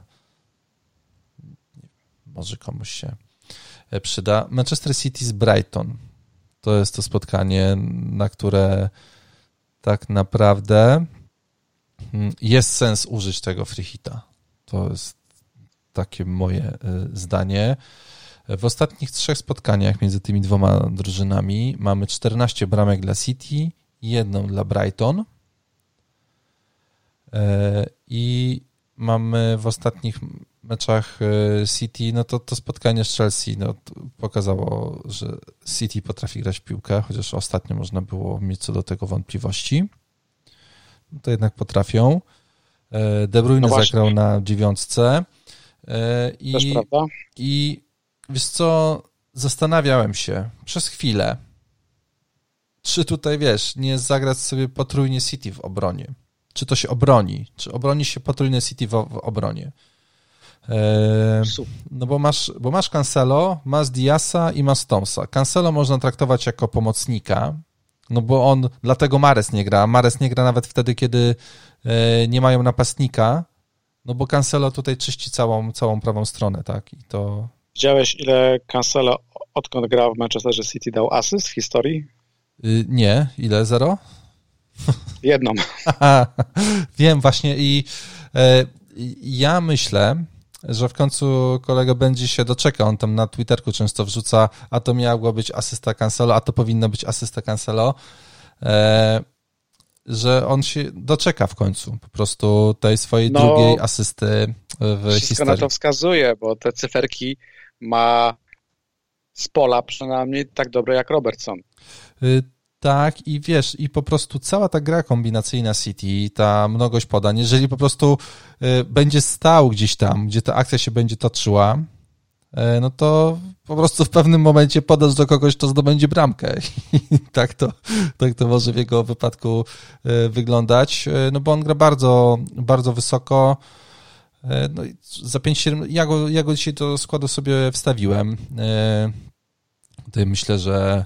Może komuś się przyda. Manchester City z Brighton. To jest to spotkanie, na które tak naprawdę jest sens użyć tego Free-Hita. To jest takie moje zdanie. W ostatnich 3 spotkaniach między tymi 2 drużynami mamy 14 bramek dla City i 1 dla Brighton. I mamy w ostatnich meczach City, no to spotkanie z Chelsea pokazało, że City potrafi grać w piłkę, chociaż ostatnio można było mieć co do tego wątpliwości. To jednak potrafią. De Bruyne zagrał na 9. I wiesz co, zastanawiałem się przez chwilę, czy tutaj, wiesz, nie zagrać sobie potrójnie City w obronie. Czy to się obroni? Czy obroni się potrójnie City w obronie? No bo masz Cancelo, masz Diasa i masz Stomsa. Cancelo można traktować jako pomocnika, no bo dlatego Mahrez nie gra. Mahrez nie gra nawet wtedy, kiedy nie mają napastnika, no bo Cancelo tutaj czyści całą prawą stronę, tak? I to... Widziałeś, ile Cancelo, odkąd grał w Manchesterze City, dał asyst w historii? Nie. Ile? 0? 1. Wiem właśnie i ja myślę, że w końcu kolega będzie się doczeka. On tam na Twitterku często wrzuca, a to miało być asysta Cancelo, a to powinno być asysta Cancelo, że on się doczeka w końcu po prostu tej swojej drugiej asysty w historii. Wszystko na to wskazuje, bo te cyferki ma z pola przynajmniej tak dobre jak Robertson. Tak, i wiesz, i po prostu cała ta gra kombinacyjna City, ta mnogość podań, jeżeli po prostu będzie stał gdzieś tam, gdzie ta akcja się będzie toczyła, no to po prostu w pewnym momencie podasz do kogoś, kto zdobędzie bramkę. I tak to może w jego wypadku wyglądać, no bo on gra bardzo, bardzo wysoko. No i za 5-7, ja go dzisiaj do składu sobie wstawiłem. Tutaj myślę,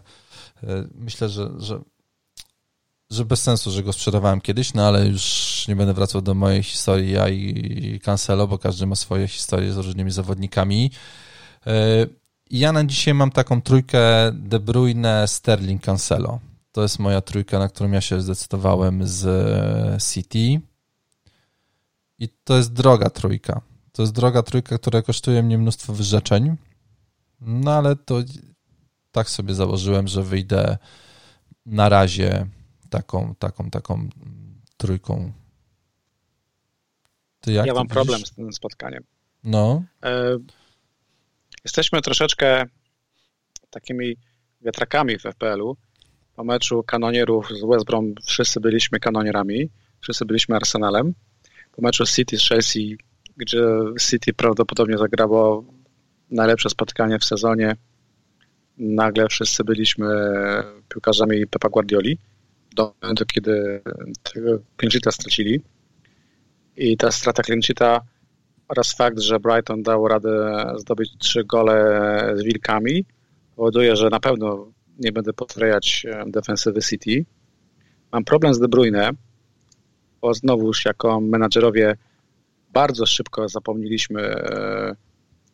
że bez sensu, że go sprzedawałem kiedyś, no ale już nie będę wracał do mojej historii, ja i Cancelo, bo każdy ma swoje historie z różnymi zawodnikami. Ja na dzisiaj mam taką trójkę De Bruyne, Sterling, Cancelo. To jest moja trójka, na którą ja się zdecydowałem z City. I to jest droga trójka. To jest droga trójka, która kosztuje mnie mnóstwo wyrzeczeń. No ale to tak sobie założyłem, że wyjdę na razie taką trójką. Ty jak ja mam problem z tym spotkaniem. No. Jesteśmy troszeczkę takimi wiatrakami w FPL-u. Po meczu kanonierów z West Brom wszyscy byliśmy kanonierami, wszyscy byliśmy Arsenalem. Po meczu City z Chelsea, gdzie City prawdopodobnie zagrało najlepsze spotkanie w sezonie, nagle wszyscy byliśmy piłkarzami Pepa Guardioli do momentu, kiedy tego clean sheeta stracili. I ta strata clean sheeta oraz fakt, że Brighton dał radę zdobyć 3 gole z Wilkami, powoduje, że na pewno nie będę potrajać defensywy City. Mam problem z De Bruyne, bo znowuż jako menadżerowie bardzo szybko zapomnieliśmy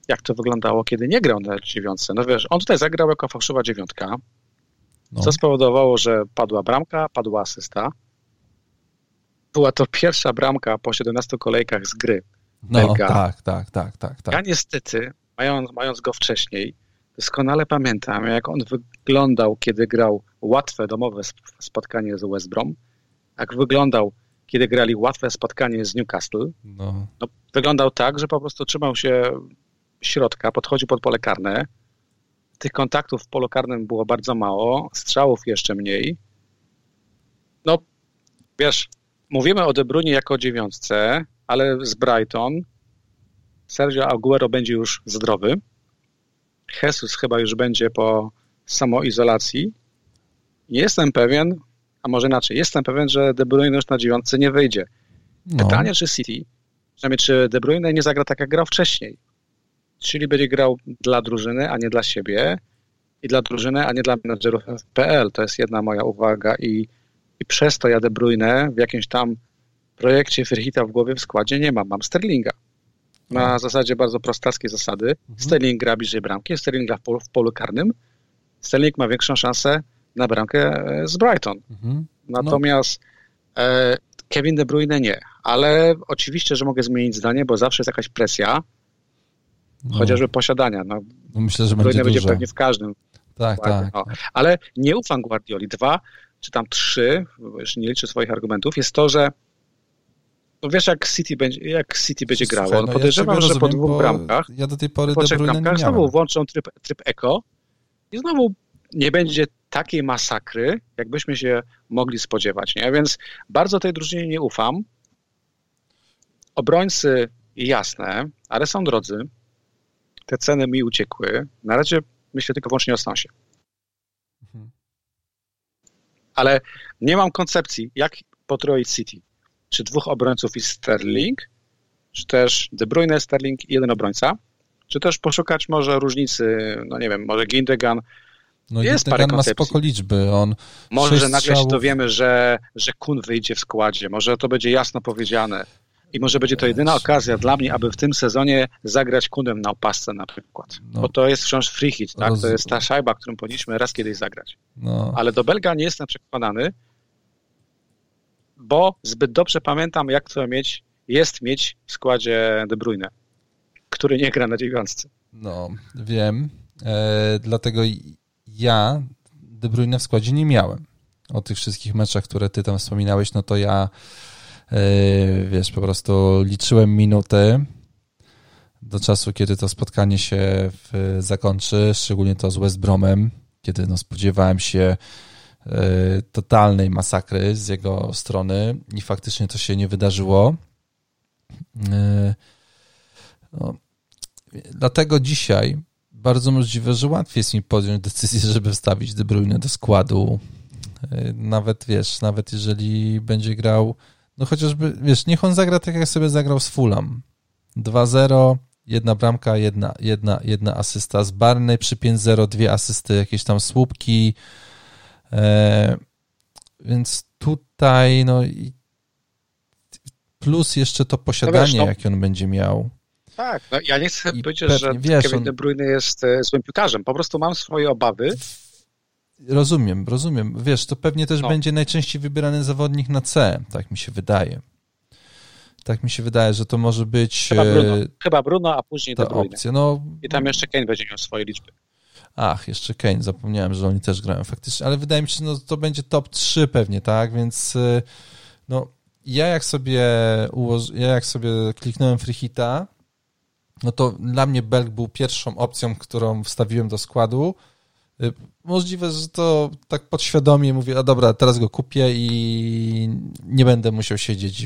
jak to wyglądało, kiedy nie grał na dziewiątce. No wiesz, on tutaj zagrał jako fałszywa dziewiątka, co spowodowało, że padła bramka, padła asysta. Była to pierwsza bramka po 17 kolejkach z gry Belga. Tak. Ja niestety, mając go wcześniej, doskonale pamiętam, jak on wyglądał, kiedy grał łatwe domowe spotkanie z West Brom, jak wyglądał, kiedy grali łatwe spotkanie z Newcastle. No, wyglądał tak, że po prostu trzymał się środka, podchodził pod pole karne. Tych kontaktów w polu karnym było bardzo mało, strzałów jeszcze mniej. No, wiesz, mówimy o De Bruyne jako dziewiątce, ale z Brighton Sergio Aguero będzie już zdrowy. Jesus chyba już będzie po samoizolacji. Jestem pewien, a może inaczej, jestem pewien, że De Bruyne już na dziewiątce nie wyjdzie. Pytanie, czy City, przynajmniej czy De Bruyne nie zagra tak, jak grał wcześniej. Czyli będzie grał dla drużyny, a nie dla siebie, i dla drużyny, a nie dla menedżerów FPL. To jest jedna moja uwaga i przez to ja De Bruyne w jakimś tam projekcie Firhita w głowie w składzie nie mam. Mam Sterlinga. Na zasadzie bardzo prostackiej zasady. Sterling gra bliżej bramki, Sterling gra w polu karnym. Sterling ma większą szansę na bramkę z Brighton. Natomiast Kevin De Bruyne nie. Ale oczywiście, że mogę zmienić zdanie, bo zawsze jest jakaś presja, chociażby posiadania. Myślę, że będzie pewnie w każdym. Tak. Ale nie ufam Guardioli. 2 czy tam 3, już nie liczę swoich argumentów, jest to, że wiesz, jak City będzie grało. Podejrzewam, że po 2 bramkach, ja do tej pory po 3 bramkach znowu włączą tryb Eco i znowu nie będzie takiej masakry, jakbyśmy się mogli spodziewać. Nie? Więc bardzo tej drużynie nie ufam. Obrońcy jasne, ale są drodzy. Te ceny mi uciekły. Na razie myślę tylko wyłącznie o Stonesie. Ale nie mam koncepcji, jak potroić City. Czy 2 obrońców i Sterling, czy też De Bruyne, Sterling i 1 obrońca, czy też poszukać może różnicy, no nie wiem, może Gindogan. Jest parę koncepcji. Ma spoko liczby. Może nagle się dowiemy, że Kun wyjdzie w składzie. Może to będzie jasno powiedziane. I może będzie to jedyna okazja dla mnie, aby w tym sezonie zagrać Kunem na opasce na przykład. Bo to jest wciąż free hit, tak? To jest ta szajba, którą powinniśmy raz kiedyś zagrać. Ale do Belga nie jestem przekonany, bo zbyt dobrze pamiętam, jak to jest mieć w składzie De Bruyne, który nie gra na dziewiątce. Wiem. Dlatego ja De Bruyne w składzie nie miałem. O tych wszystkich meczach, które ty tam wspominałeś, to ja wiesz, po prostu liczyłem minuty do czasu, kiedy to spotkanie się zakończy, szczególnie to z West Bromem, kiedy spodziewałem się totalnej masakry z jego strony i faktycznie to się nie wydarzyło. Dlatego dzisiaj bardzo możliwe, że łatwiej jest mi podjąć decyzję, żeby wstawić De Bruyne do składu. Nawet jeżeli będzie grał, chociażby, niech on zagra tak, jak sobie zagrał z Fulham. 2-0, 1 bramka, jedna asysta z Barney, przy 5-0 2 asysty, jakieś tam słupki. Więc tutaj plus jeszcze to posiadanie, jakie on będzie miał. Tak, ja nie chcę powiedzieć, że Kevin De Bruyne jest złym piłkarzem. Po prostu mam swoje obawy. Rozumiem. Wiesz, to pewnie też będzie najczęściej wybierany zawodnik na C, tak mi się wydaje. Tak mi się wydaje, że to może być... Chyba Bruno, a później De Bruyne. Opcja. I tam jeszcze Kane będzie miał swoje liczby. Jeszcze Kane, zapomniałem, że oni też grają faktycznie, ale wydaje mi się, że to będzie top 3 pewnie, tak? Więc ja jak sobie kliknąłem free hita, to dla mnie Belg był pierwszą opcją, którą wstawiłem do składu. Możliwe, że to tak podświadomie mówię, dobra, teraz go kupię i nie będę musiał siedzieć,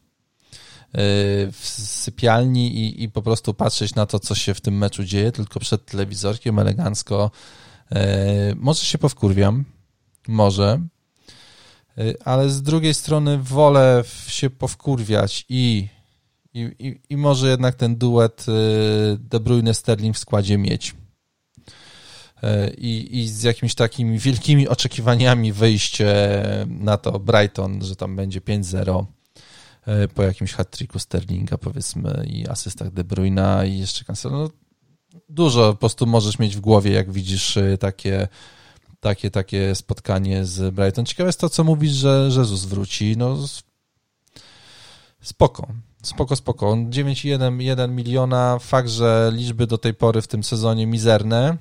w sypialni i po prostu patrzeć na to, co się w tym meczu dzieje, tylko przed telewizorkiem elegancko. Może się powkurwiam, ale z drugiej strony wolę się powkurwiać i może jednak ten duet De Bruyne-Sterling w składzie mieć. I z jakimiś takimi wielkimi oczekiwaniami wyjście na to Brighton, że tam będzie 5-0 po jakimś hat-tricku Sterlinga, powiedzmy, i asystach De Bruyna i jeszcze Cancelo. Dużo po prostu możesz mieć w głowie, jak widzisz takie spotkanie z Brighton. Ciekawe jest to, co mówisz, że Jesus wróci. No spoko. 9,1 miliona. Fakt, że liczby do tej pory w tym sezonie mizerne,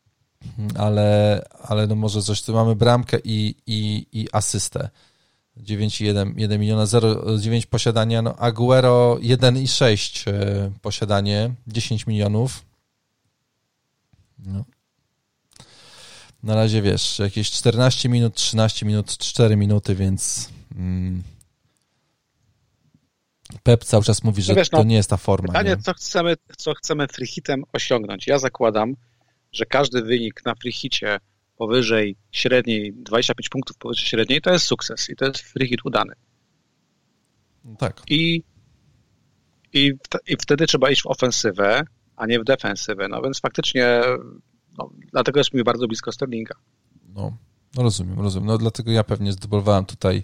ale no może coś, tu mamy bramkę i asystę. 9,1 miliona, 0,9 posiadania. No Aguero 1,6 posiadanie, 10 milionów. No. Na razie wiesz, jakieś 14 minut, 13 minut, 4 minuty, więc Pep cały czas mówi, że to nie jest ta forma. Pytanie, nie? co chcemy free hitem osiągnąć. Ja zakładam, że każdy wynik na free hicie powyżej średniej, 25 punktów powyżej średniej, to jest sukces i to jest free hit udany. Tak. I wtedy trzeba iść w ofensywę, a nie w defensywę. No więc faktycznie dlatego jest mi bardzo blisko Sterlinga. No rozumiem. No dlatego ja pewnie zdobywałem tutaj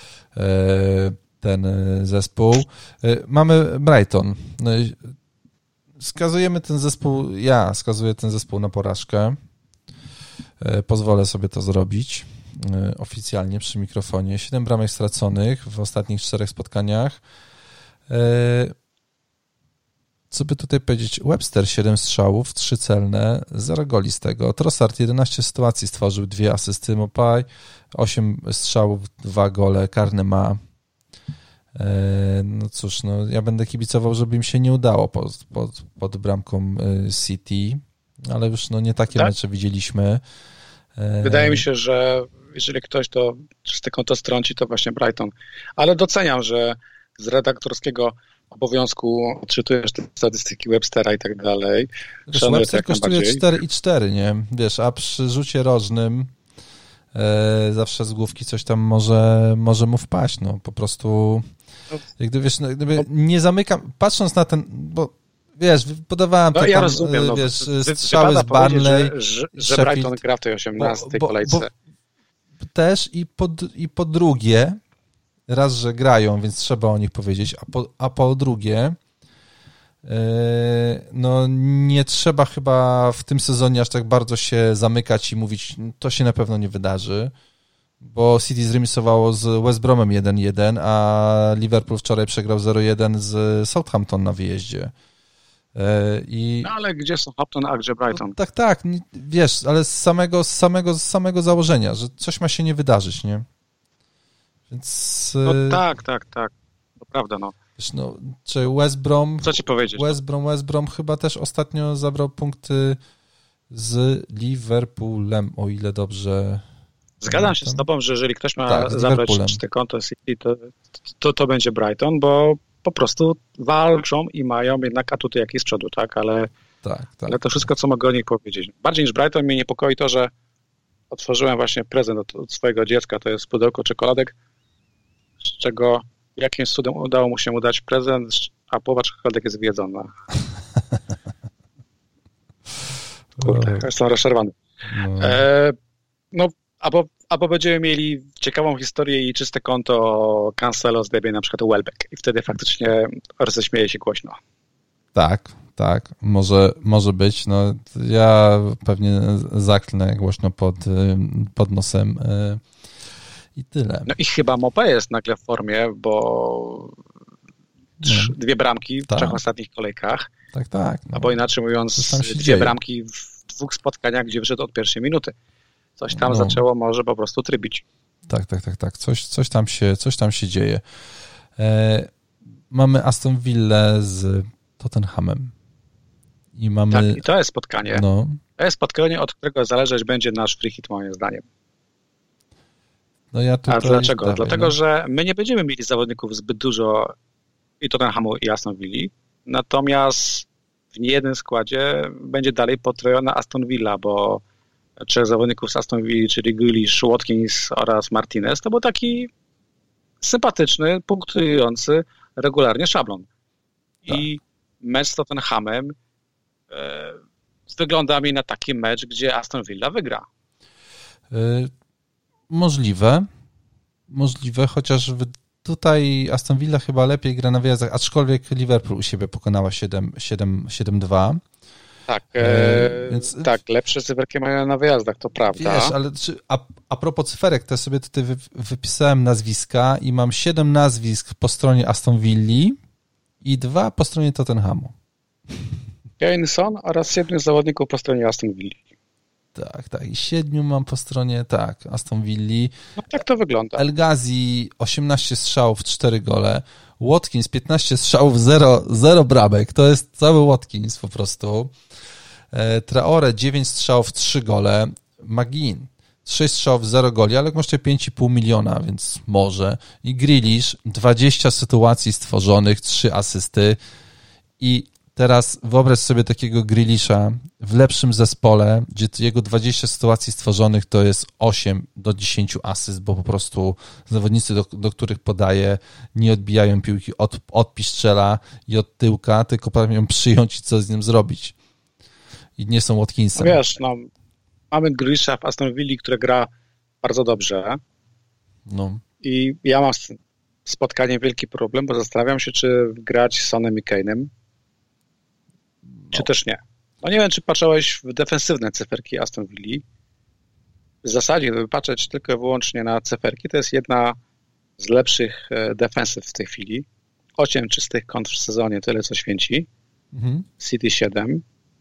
ten zespół. Mamy Brighton. Skazuję ten zespół na porażkę. Pozwolę sobie to zrobić oficjalnie przy mikrofonie. 7 bramek straconych w ostatnich 4 spotkaniach. Co by tutaj powiedzieć? Webster 7 strzałów, 3 celne, 0 goli z tego. Trossard 11 sytuacji stworzył, 2 asysty. Mopaj 8 strzałów, 2 gole, karne ma. No cóż, ja będę kibicował, żeby im się nie udało pod bramką City, ale już nie takie mecze widzieliśmy. Wydaje mi się, że jeżeli ktoś to czyste konto strąci, to właśnie Brighton. Ale doceniam, że z redaktorskiego obowiązku odczytujesz te statystyki Webstera i tak dalej. Webster kosztuje 4,4, nie? Wiesz, a przy rzucie rożnym zawsze z główki coś tam może mu wpaść, po prostu jak gdyby, wiesz, nie zamykam, patrząc na ten, bo wiesz, podawałem to ja tam, rozumiem, wiesz, strzały z Barnley, że Brighton gra w tej 18 kolejce. Też i po drugie, raz, że grają, więc trzeba o nich powiedzieć, a po drugie, nie trzeba chyba w tym sezonie aż tak bardzo się zamykać i mówić, to się na pewno nie wydarzy, bo City zremisowało z West Bromem 1-1, a Liverpool wczoraj przegrał 0-1 z Southampton na wyjeździe. Ale gdzie Southampton, a gdzie Brighton? No, tak, wiesz, ale z samego założenia, że coś ma się nie wydarzyć, nie? Więc... tak, to prawda, Wiesz, czy West Brom... Co ci powiedzieć? West Brom chyba też ostatnio zabrał punkty z Liverpoolem, o ile dobrze... Zgadzam się z tobą, że jeżeli ktoś ma zabrać czyste konto City, to będzie Brighton, bo po prostu walczą i mają jednak atuty jakieś z przodu, tak? Ale to wszystko, co mogę o nich powiedzieć. Bardziej niż Brighton mnie niepokoi to, że otworzyłem właśnie prezent od swojego dziecka, to jest pudełko czekoladek, z czego jakimś cudem udało mu się dać prezent, a połowa czekoladek jest zjedzona. Kurde, jestem rozczarowany. Albo będziemy mieli ciekawą historię i czyste konto Cancelo zdejmie na przykład Welbeck i wtedy faktycznie roześmieje się głośno. Tak, może być. Ja pewnie zaklnę głośno pod nosem i tyle. I chyba Mopé jest nagle w formie, bo 2 bramki w 3 ostatnich kolejkach. Tak. Albo inaczej mówiąc, 2 bramki w 2 spotkaniach, gdzie wyszedł od pierwszej minuty. Coś tam zaczęło może po prostu trybić. Tak. Coś tam się dzieje. Mamy Aston Villę z Tottenhamem. I mamy... i to jest spotkanie. To jest spotkanie, od którego zależeć będzie nasz free hit, moim zdaniem. A dlaczego? Dlatego, że my nie będziemy mieli zawodników zbyt dużo i Tottenhamu, i Aston Villi. Natomiast w niejednym składzie będzie dalej potrojona Aston Villa, bo 3 zawodników z Aston Villa, czyli Grealish, Watkins oraz Martinez, to był taki sympatyczny, punktujący regularnie szablon. I mecz z Tottenhamem wygląda mi na taki mecz, gdzie Aston Villa wygra. Możliwe, chociaż tutaj Aston Villa chyba lepiej gra na wyjazdach, aczkolwiek Liverpool u siebie pokonała 7-2. Więc... Tak, lepsze cyferki mają na wyjazdach, to prawda. Wiesz, ale a propos cyferek, to ja sobie tutaj wypisałem nazwiska i mam 7 nazwisk po stronie Aston Villa i 2 po stronie Tottenhamu. Kane, Son oraz 7 zawodników po stronie Aston Villa. Tak. I 7 mam po stronie, Aston Villa. No tak to wygląda. El Ghazi 18 strzałów, 4 gole. Watkins 15 strzałów, 0 bramek. To jest cały Watkins po prostu. Traore 9 strzałów, 3 gole. McGinn 6 strzałów, 0 goli, ale kosztuje 5,5 miliona, więc może. I Grealish 20 sytuacji stworzonych, 3 asysty. I teraz wyobraź sobie takiego Grealisha w lepszym zespole, gdzie jego 20 sytuacji stworzonych to jest 8 do 10 asyst, bo po prostu zawodnicy, do których podaje, nie odbijają piłki od piszczela i od tyłka, tylko potrafią przyjąć i co z nim zrobić. I nie są Watkinsem. Wiesz, mamy Grealisha w Aston Villa, który gra bardzo dobrze. No. I ja mam z spotkaniem wielki problem, bo zastanawiam się, czy grać Sonem i Kane'em, czy też nie. No nie wiem, czy patrzyłeś w defensywne cyferki Aston Villa. W zasadzie, gdyby patrzeć tylko i wyłącznie na cyferki, to jest jedna z lepszych defensyw w tej chwili. 8 czystych kąt w sezonie, tyle co święci. City 7.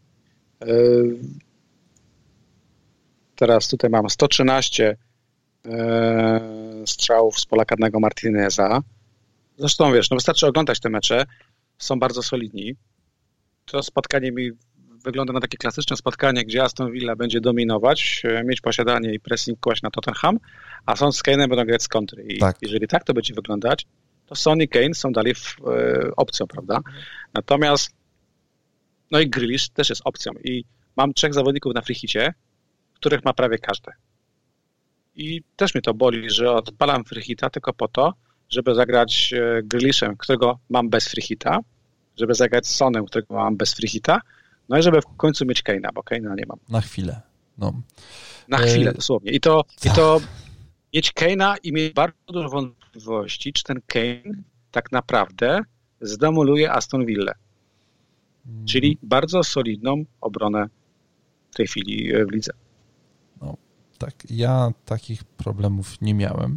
Teraz tutaj mam 113 strzałów z pola karnego Martineza. Zresztą wiesz, wystarczy oglądać te mecze. Są bardzo solidni. To spotkanie mi wygląda na takie klasyczne spotkanie, gdzie Aston Villa będzie dominować, mieć posiadanie i pressing kłaść na Tottenham, a Son z Kane'em będą grać z kontry. I jeżeli tak to będzie wyglądać, to Son i Kane są dalej opcją, prawda? Natomiast no i Grealish też jest opcją. I mam 3 zawodników na free hicie, których ma prawie każdy. I też mnie to boli, że odpalam free hita tylko po to, żeby zagrać Grealishem, którego mam bez free hita, żeby zagrać z Sonem, którego mam bez free hita, no i żeby w końcu mieć Kane'a, bo Kane'a nie mam. Na chwilę. No. Na chwilę, dosłownie. I to mieć Kane'a i mieć bardzo dużo wątpliwości, czy ten Kane tak naprawdę zdemoluje Aston Villa. Czyli bardzo solidną obronę w tej chwili w lidze. No, tak. Ja takich problemów nie miałem.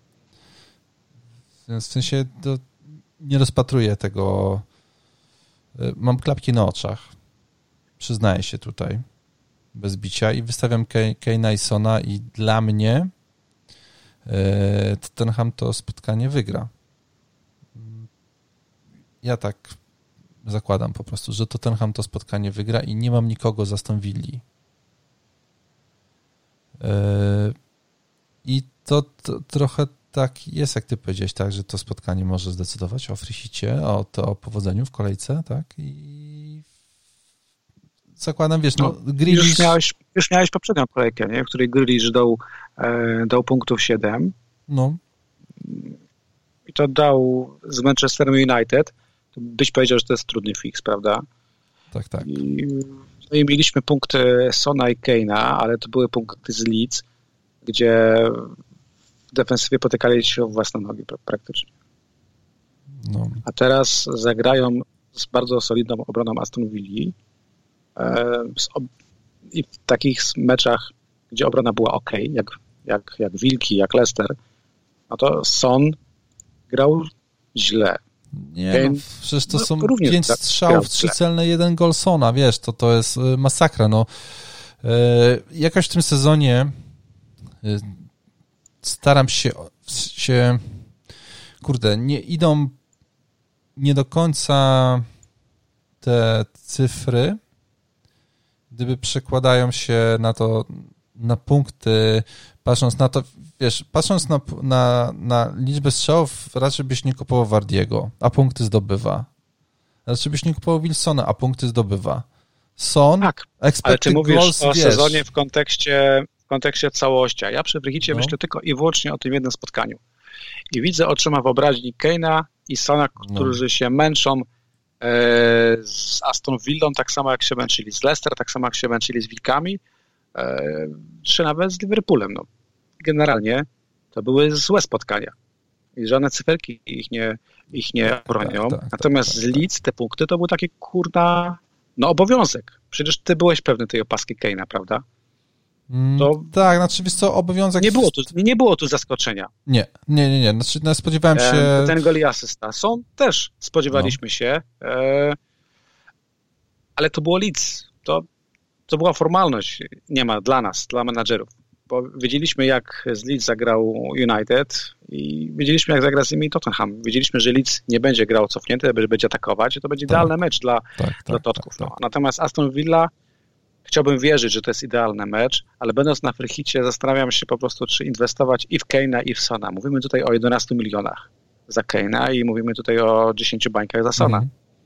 W sensie nie rozpatruję tego. Mam klapki na oczach. Przyznaję się tutaj. Bez bicia. I wystawiam Kane'a i Sona i dla mnie Tottenham to spotkanie wygra. Ja tak zakładam po prostu, że Tottenham to spotkanie wygra i nie mam nikogo z Aston Villi. I to trochę tak jest, jak ty powiedziałeś, tak, że to spotkanie może zdecydować o free hicie, o powodzeniu w kolejce, tak? I zakładam, wiesz, Grealish... Już miałeś poprzednią kolejkę, nie? W której Grealish dał punktów 7. No. I to dał z Manchesterem United. Byś powiedział, że to jest trudny fix, prawda? Tak. I mieliśmy punkty Sona i Kane'a, ale to były punkty z Leeds, gdzie w defensywie potykali się o własne nogi praktycznie. No. A teraz zagrają z bardzo solidną obroną Aston Villa i w takich meczach, gdzie obrona była ok, jak Wilki, jak Leicester, no to Son grał źle. Nie, przecież to są 5 strzałów, 3 celne, 1 gol Sona, wiesz, to jest masakra, no. Jakoś w tym sezonie staram się nie do końca te cyfry, gdyby przekładają się na punkty, patrząc na to, wiesz, patrząc na liczbę strzałów, raczej byś nie kupował Wardiego, a punkty zdobywa. Raczej byś nie kupował Wilsona, a punkty zdobywa. Son, tak, ale ty mówisz o sezonie w kontekście całości, a ja przy Brygicie myślę tylko i wyłącznie o tym jednym spotkaniu. I widzę oczyma wyobraźni Kane'a i Sona, którzy się męczą z Aston Villą, tak samo jak się męczyli z Leicester, tak samo jak się męczyli z Wilkami, czy nawet z Liverpoolem. No. Generalnie to były złe spotkania i żadne cyferki ich nie bronią. Natomiast z Leeds te punkty to były takie No obowiązek. Przecież ty byłeś pewny tej opaski Kane'a, prawda? Tak, znaczy wiesz co, obowiązek... Nie było tu zaskoczenia. Nie. Znaczy, no, spodziewałem się... Ten gol i asysta. Też spodziewaliśmy się, ale to było Leeds. To była formalność. Nie ma dla nas, dla menadżerów. Bo wiedzieliśmy, jak z Leeds zagrał United i wiedzieliśmy, jak zagra z nimi Tottenham. Wiedzieliśmy, że Leeds nie będzie grał cofnięty, będzie atakować i to będzie idealny mecz dla Totków. Tak. Natomiast Aston Villa, chciałbym wierzyć, że to jest idealny mecz, ale będąc na Frychicie zastanawiam się po prostu, czy inwestować i w Kane'a, i w Sona. Mówimy tutaj o 11 milionach za Kane'a i mówimy tutaj o 10 bańkach za Sona.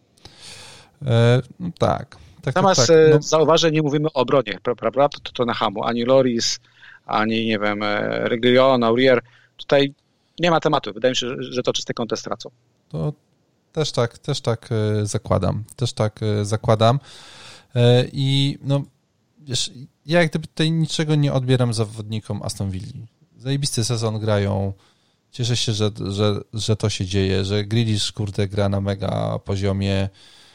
Tak. Natomiast zauważę, nie mówimy o obronie, prawda? To na Hamu. Ani Loris, ani, nie wiem, Reguilón, Aurier. Tutaj nie ma tematu. Wydaje mi się, że to czyste konto stracą. To też tak zakładam. I no, wiesz, ja jak gdyby tutaj niczego nie odbieram zawodnikom Aston Villa. Zajebisty sezon grają. Cieszę się, że to się dzieje, że Grealish, kurde, gra na mega poziomie.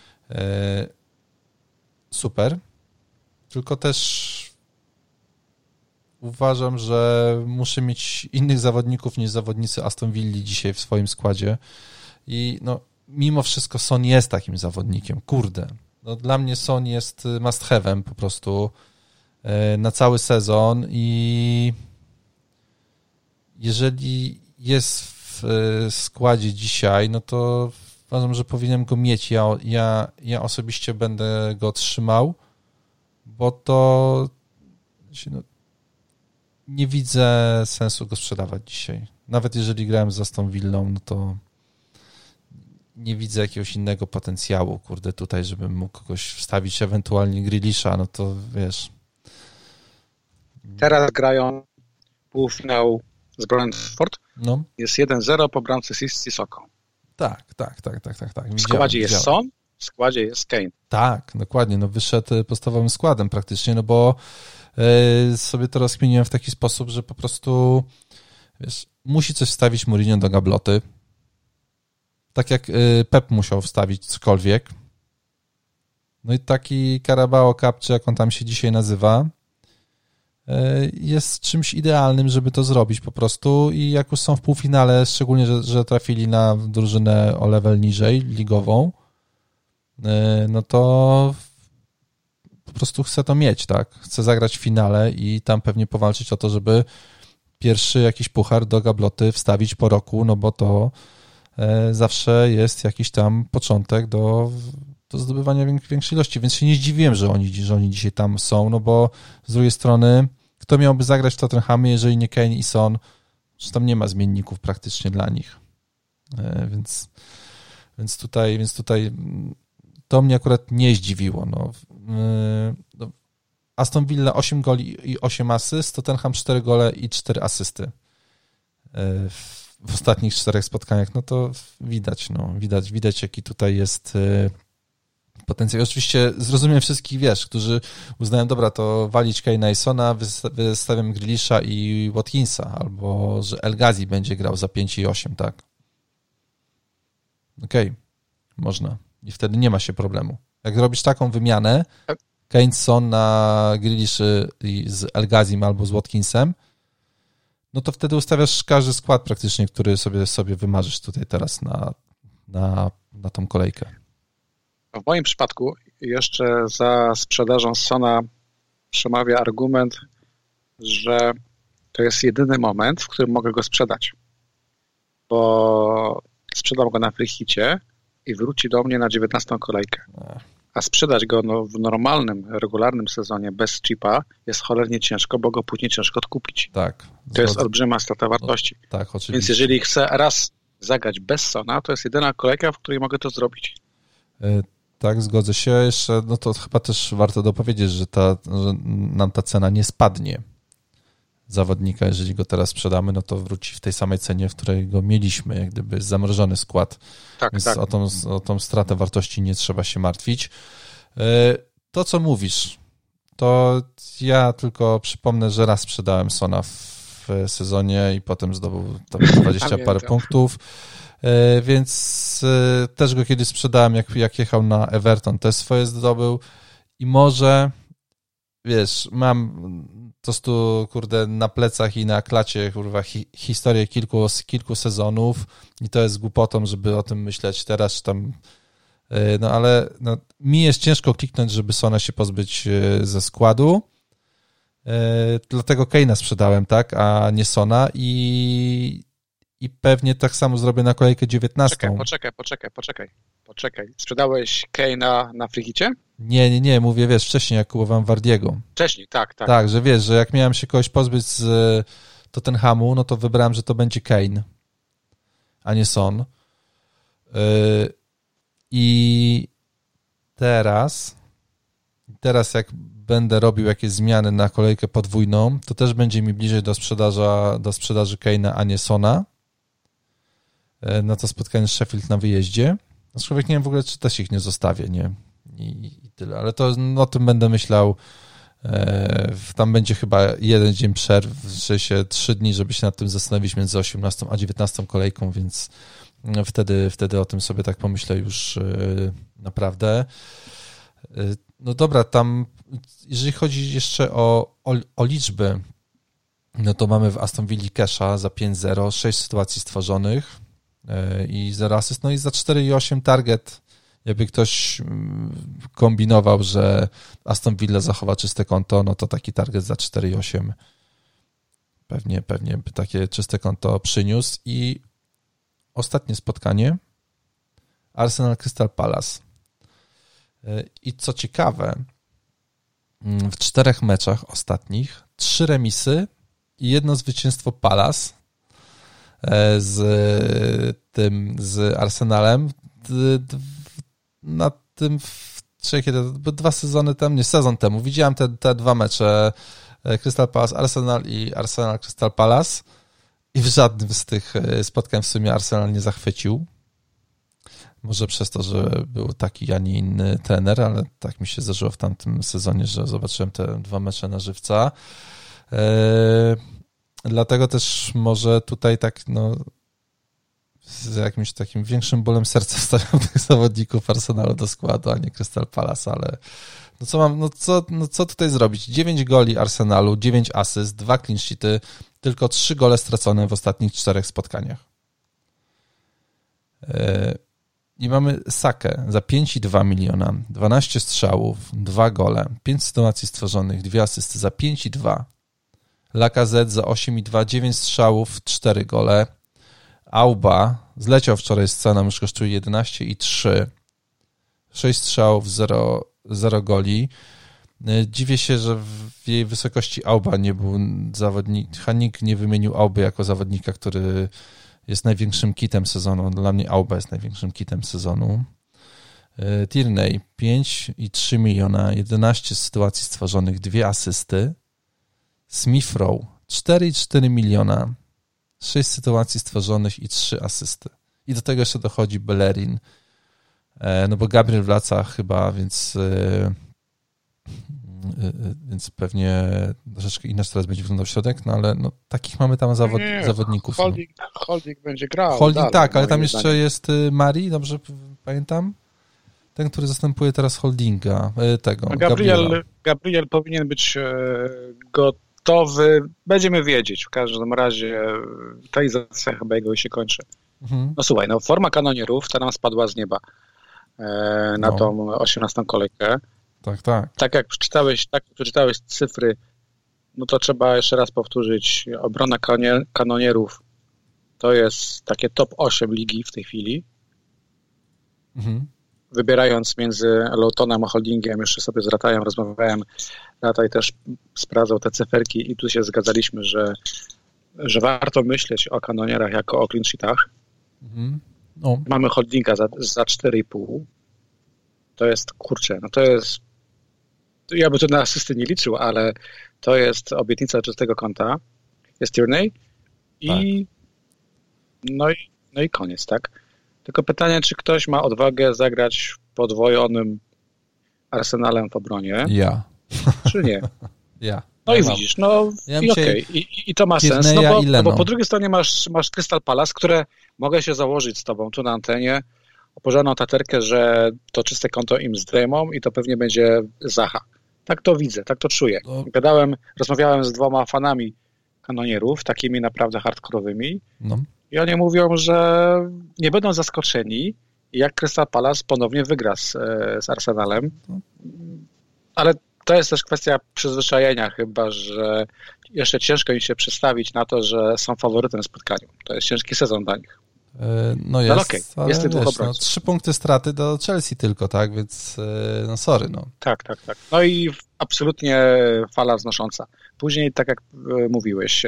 Super. Tylko też uważam, że muszę mieć innych zawodników niż zawodnicy Aston Villa dzisiaj w swoim składzie. I no, mimo wszystko Son jest takim zawodnikiem. Kurde. No, dla mnie Son jest must have'em po prostu na cały sezon i jeżeli jest w składzie dzisiaj, no to uważam, że powinienem go mieć. Ja osobiście będę go trzymał, bo to nie widzę sensu go sprzedawać dzisiaj. Nawet jeżeli grałem z Aston Villą, no to nie widzę jakiegoś innego potencjału, kurde, tutaj, żebym mógł kogoś wstawić, ewentualnie Grealisha, no to wiesz. Teraz grają półfinał z Brentford. No. Jest 1-0 po bramce Sissoko. Tak. W składzie jest Son, w składzie jest Kane. Tak, dokładnie, no wyszedł podstawowym składem praktycznie, no bo sobie to rozkminiłem w taki sposób, że po prostu wiesz, musi coś wstawić Mourinho do gabloty. Tak jak Pep musiał wstawić cokolwiek. No i taki Carabao Cup, czy jak on tam się dzisiaj nazywa, jest czymś idealnym, żeby to zrobić po prostu i jak już są w półfinale, szczególnie, że trafili na drużynę o level niżej, ligową, no to po prostu chcę to mieć, tak? Chcę zagrać w finale i tam pewnie powalczyć o to, żeby pierwszy jakiś puchar do gabloty wstawić po roku, no bo to zawsze jest jakiś tam początek do zdobywania większej ilości, więc się nie zdziwiłem, że oni dzisiaj tam są, no bo z drugiej strony kto miałby zagrać w Tottenhamie, jeżeli nie Kane i Son, że tam nie ma zmienników praktycznie dla nich. Więc tutaj to mnie akurat nie zdziwiło. No. Aston Villa 8 goli i 8 asyst, Tottenham 4 gole i 4 asysty w ostatnich 4 spotkaniach. No to widać jaki tutaj jest potencjał. Oczywiście zrozumiem wszystkich, którzy uznają, dobra, to walić Kane'a i Sona, wystawiam Grealisha i Watkinsa, albo że El Ghazi będzie grał za 5 i 8, tak? Okej, można. I wtedy nie ma się problemu. Jak robisz taką wymianę, Kane, Son na Grealish z El Ghazim albo z Watkinsem, no to wtedy ustawiasz każdy skład praktycznie, który sobie wymarzysz tutaj teraz na tą kolejkę. W moim przypadku jeszcze za sprzedażą Sona przemawia argument, że to jest jedyny moment, w którym mogę go sprzedać. Bo sprzedam go na Frychicie i wróci do mnie na 19. kolejkę. A sprzedać go w normalnym, regularnym sezonie bez chipa jest cholernie ciężko, bo go później ciężko odkupić. Tak. To jest olbrzymia strata wartości. Tak, oczywiście. Więc jeżeli chcę raz zagrać bez Sona, to jest jedyna kolejka, w której mogę to zrobić. Tak, zgodzę się. Jeszcze, no to chyba też warto dopowiedzieć, że nam ta cena nie spadnie zawodnika. Jeżeli go teraz sprzedamy, no to wróci w tej samej cenie, w której go mieliśmy, jak gdyby zamrożony skład. Tak, więc tak. O tą stratę wartości nie trzeba się martwić. To, co mówisz, to ja tylko przypomnę, że raz sprzedałem Sona w sezonie i potem zdobył tam 20 parę punktów. Więc też go kiedyś sprzedałem, jak jechał na Everton, też swoje zdobył i może, wiesz, mam po prostu, kurde, na plecach i na klacie, kurwa, historię kilku sezonów i to jest głupotą, żeby o tym myśleć teraz, czy tam, no ale no, mi jest ciężko kliknąć, żeby Sona się pozbyć ze składu, dlatego Kane'a sprzedałem, tak, a nie Sona i pewnie tak samo zrobię na kolejkę 19. Poczekaj. Sprzedałeś Kane'a na frikicie? Nie, mówię, wiesz, wcześniej jak kupowałem Wardiego. Wcześniej, tak. Tak, że wiesz, że jak miałem się kogoś pozbyć z Tottenhamu, no to wybrałem, że to będzie Kane, a nie Son. I teraz jak będę robił jakieś zmiany na kolejkę podwójną, to też będzie mi bliżej do sprzedaży Kane'a, a nie Sona. Na to spotkanie z Sheffield na wyjeździe. Aczkolwiek nie wiem w ogóle, czy też ich nie zostawię, nie? I tyle. Ale to o tym będę myślał. Tam będzie chyba jeden dzień przerwy, w sensie 3 dni, żeby się nad tym zastanowić między 18 a 19 kolejką, więc wtedy o tym sobie tak pomyślę już naprawdę. No dobra, tam jeżeli chodzi jeszcze o liczby, no to mamy w Aston Villa Kesha za 5-0, 6 sytuacji stworzonych i 0 asyst, no i za 4,8 target. Jakby ktoś kombinował, że Aston Villa zachowa czyste konto, no to taki target za 4,8 pewnie by takie czyste konto przyniósł. I ostatnie spotkanie Arsenal Crystal Palace. I co ciekawe, w 4 meczach ostatnich 3 remisy i 1 zwycięstwo Palace z Arsenalem. Na tym, kiedy 2 sezony temu, nie, sezon temu, widziałem te 2 mecze Crystal Palace Arsenal i Arsenal Crystal Palace i w żadnym z tych spotkań w sumie Arsenal nie zachwycił. Może przez to, że był taki, a nie inny trener, ale tak mi się zdarzyło w tamtym sezonie, że zobaczyłem te 2 mecze na żywca. Dlatego też może tutaj tak, no, z jakimś takim większym bólem serca wstawiam tych zawodników Arsenalu do składu, a nie Crystal Palace, ale co tutaj zrobić? 9 goli Arsenalu, 9 asyst, 2 clean sheety, tylko 3 gole stracone w ostatnich 4 spotkaniach. I mamy Sakę za 5,2 miliona, 12 strzałów, 2 gole, 5 sytuacji stworzonych, 2 asysty za 5,2. Lacazette za 8,2, 9 strzałów, 4 gole. Auba zleciał wczoraj z ceną, już kosztuje 11,3. 6 strzałów, 0 goli. Dziwię się, że w jej wysokości Auba nie był zawodnik. Hanik nie wymienił Auby jako zawodnika, który jest największym kitem sezonu. Dla mnie Auba jest największym kitem sezonu. Tierney 5,3 miliona, 11 sytuacji stworzonych, 2 asysty. Smith Rowe 4,4 miliona, 6 sytuacji stworzonych i 3 asysty. I do tego jeszcze dochodzi Bellerin. No bo Gabriel wraca chyba, więc pewnie troszeczkę inaczej teraz będzie wyglądał środek, no ale no, takich mamy tam zawodników. Holding będzie grał. Holding dalej, tak, ale tam jeszcze jest Mari, dobrze pamiętam? Ten, który zastępuje teraz Holdinga, tego. Gabriel powinien być gotowy. Będziemy wiedzieć. W każdym razie realizacja chyba jego się kończy. Mhm. No słuchaj, no forma kanonierów ta nam spadła z nieba na tą 18. kolejkę. Tak. Tak jak przeczytałeś cyfry, no to trzeba jeszcze raz powtórzyć. Obrona kanonierów to jest takie top 8 ligi w tej chwili. Mhm. Wybierając między Lutonem a Holdingiem, jeszcze sobie z Ratajem rozmawiałem. Rataj też sprawdzał te cyferki i tu się zgadzaliśmy, że warto myśleć o kanonierach jako o clean sheetach. Mhm. No. Mamy Holdinga za 4,5. To jest, kurczę, no to jest, ja bym tu na asysty nie liczył, ale to jest obietnica czystego konta. Jest Tierney i tak. No i koniec, tak? Tylko pytanie, czy ktoś ma odwagę zagrać podwojonym Arsenalem w obronie? Ja. Czy nie? Ja. No i widzisz, i okej. I to ma sens, bo po drugiej stronie masz Crystal Palace, które mogę się założyć z tobą tu na antenie, opowiedzianą taterkę, że to czyste konto im zdejmą i to pewnie będzie Zaha. Tak to widzę, tak to czuję. Rozmawiałem z 2 fanami kanonierów, takimi naprawdę hardkorowymi i oni mówią, że nie będą zaskoczeni, jak Crystal Palace ponownie wygra z Arsenalem. Ale to jest też kwestia przyzwyczajenia chyba, że jeszcze ciężko im się przestawić na to, że są faworytem w spotkaniu. To jest ciężki sezon dla nich. No jest, ale okej, jest tych 2 obrońców. 3 punkty straty do Chelsea tylko, tak? Więc sorry. Tak. No i absolutnie fala wznosząca. Później, tak jak mówiłeś,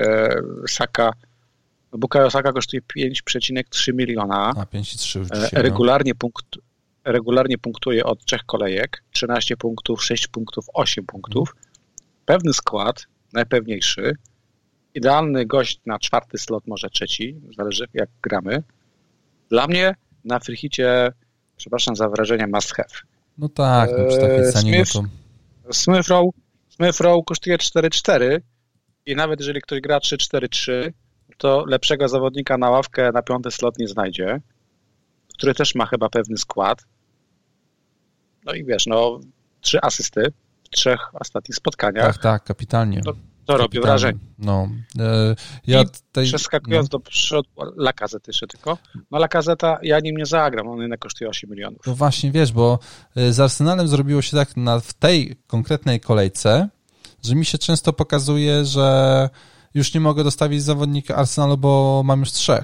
Bukayo Saka kosztuje 5,3 miliona. 5,3 już regularnie punktuje od 3 kolejek. 13 punktów, 6 punktów, 8 punktów. Pewny skład, najpewniejszy. Idealny gość na 4. slot, może 3, zależy jak gramy. Dla mnie na frichicie, przepraszam za wrażenie, must have. No tak, przy takiej cenie to... Smith Rowe kosztuje 4,4 i nawet jeżeli ktoś gra 3-4-3, to lepszego zawodnika na ławkę na 5. slot nie znajdzie, który też ma chyba pewny skład. No i wiesz, 3 asysty w 3 ostatnich spotkaniach. Tak, kapitalnie. To robi wrażenie. Przeskakując do przodu Lacazette jeszcze tylko. Lacazette, ja nim nie zagram, on jednak kosztuje 8 milionów. No właśnie, wiesz, bo z Arsenalem zrobiło się tak w tej konkretnej kolejce, że mi się często pokazuje, że już nie mogę dostawić zawodnika Arsenalu, bo mam już 3.